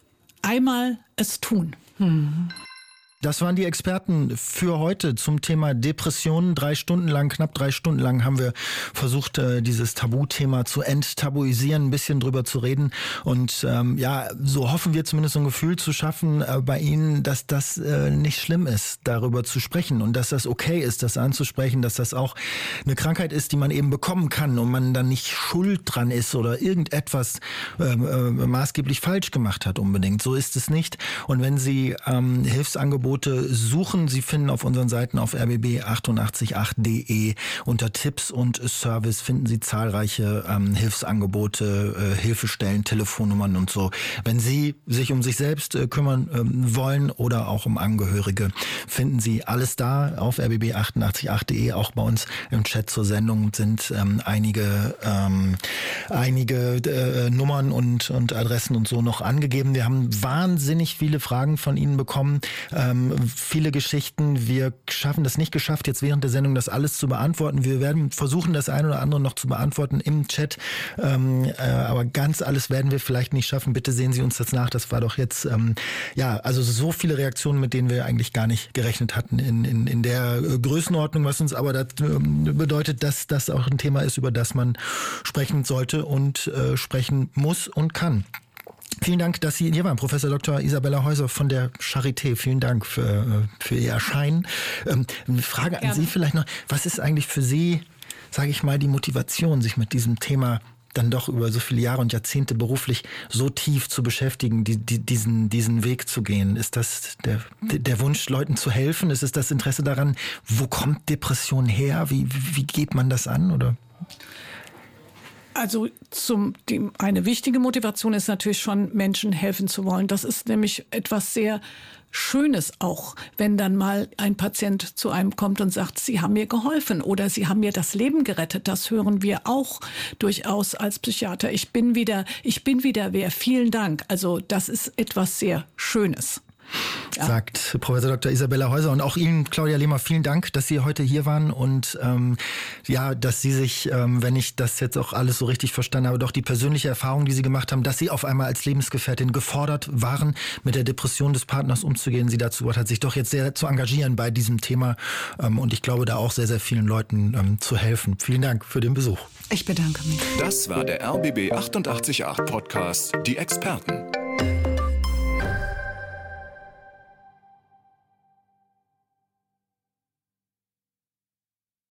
Speaker 3: einmal es tun.
Speaker 2: Hm. Das waren die Experten für heute zum Thema Depressionen. Drei Stunden lang, knapp drei Stunden lang haben wir versucht, dieses Tabuthema zu enttabuisieren, ein bisschen drüber zu reden. Und ähm, ja, so hoffen wir zumindest so ein Gefühl zu schaffen äh, bei Ihnen, dass das äh, nicht schlimm ist, darüber zu sprechen und dass das okay ist, das anzusprechen, dass das auch eine Krankheit ist, die man eben bekommen kann und man dann nicht schuld dran ist oder irgendetwas äh, äh, maßgeblich falsch gemacht hat unbedingt. So ist es nicht. Und wenn Sie ähm, Hilfsangebote suchen. Sie finden auf unseren Seiten auf r b b achtundachtzig Punkt acht punkt d e unter Tipps und Service finden Sie zahlreiche ähm, Hilfsangebote, äh, Hilfestellen, Telefonnummern und so. Wenn Sie sich um sich selbst äh, kümmern ähm, wollen oder auch um Angehörige, finden Sie alles da auf r b b achtundachtzig Punkt acht punkt d e. Auch bei uns im Chat zur Sendung sind ähm, einige ähm, einige äh, Nummern und, und Adressen und so noch angegeben. Wir haben wahnsinnig viele Fragen von Ihnen bekommen. Ähm, viele Geschichten. Wir schaffen das nicht geschafft, jetzt während der Sendung das alles zu beantworten. Wir werden versuchen, das eine oder andere noch zu beantworten im Chat. Ähm, äh, aber ganz alles werden wir vielleicht nicht schaffen. Bitte sehen Sie uns das nach. Das war doch jetzt, ähm, ja, also so viele Reaktionen, mit denen wir eigentlich gar nicht gerechnet hatten in, in, in der Größenordnung, was uns aber das ähm, bedeutet, dass das auch ein Thema ist, über das man sprechen sollte und äh, sprechen muss und kann. Vielen Dank, dass Sie hier waren, Professor Doktor Isabella Heuser von der Charité. Vielen Dank für, für Ihr Erscheinen. Ähm, eine Frage an Sie vielleicht noch. Was ist eigentlich für Sie, sage ich mal, die Motivation, sich mit diesem Thema dann doch über so viele Jahre und Jahrzehnte beruflich so tief zu beschäftigen, die, die, diesen, diesen Weg zu gehen? Ist das der, der Wunsch, Leuten zu helfen? Ist es das Interesse daran, wo kommt Depression her? Wie, wie geht man das an? Oder?
Speaker 3: Also zum, die, eine wichtige Motivation ist natürlich schon, Menschen helfen zu wollen. Das ist nämlich etwas sehr Schönes auch, wenn dann mal ein Patient zu einem kommt und sagt, Sie haben mir geholfen oder Sie haben mir das Leben gerettet. Das hören wir auch durchaus als Psychiater. Ich bin wieder, ich bin wieder wer. Vielen Dank. Also das ist etwas sehr Schönes. Ja.
Speaker 2: Sagt Professor Doktor Isabella Heuser, und auch Ihnen, Claudia Lehmer, vielen Dank, dass Sie heute hier waren und ähm, ja, dass Sie sich, ähm, wenn ich das jetzt auch alles so richtig verstanden habe, doch die persönliche Erfahrung, die Sie gemacht haben, dass Sie auf einmal als Lebensgefährtin gefordert waren, mit der Depression des Partners umzugehen. Sie dazu hat sich doch jetzt sehr zu engagieren bei diesem Thema ähm, und ich glaube, da auch sehr, sehr vielen Leuten ähm, zu helfen. Vielen Dank für den Besuch.
Speaker 4: Ich bedanke mich.
Speaker 1: Das war der R B B achtundachtzig Komma acht Podcast, die Experten.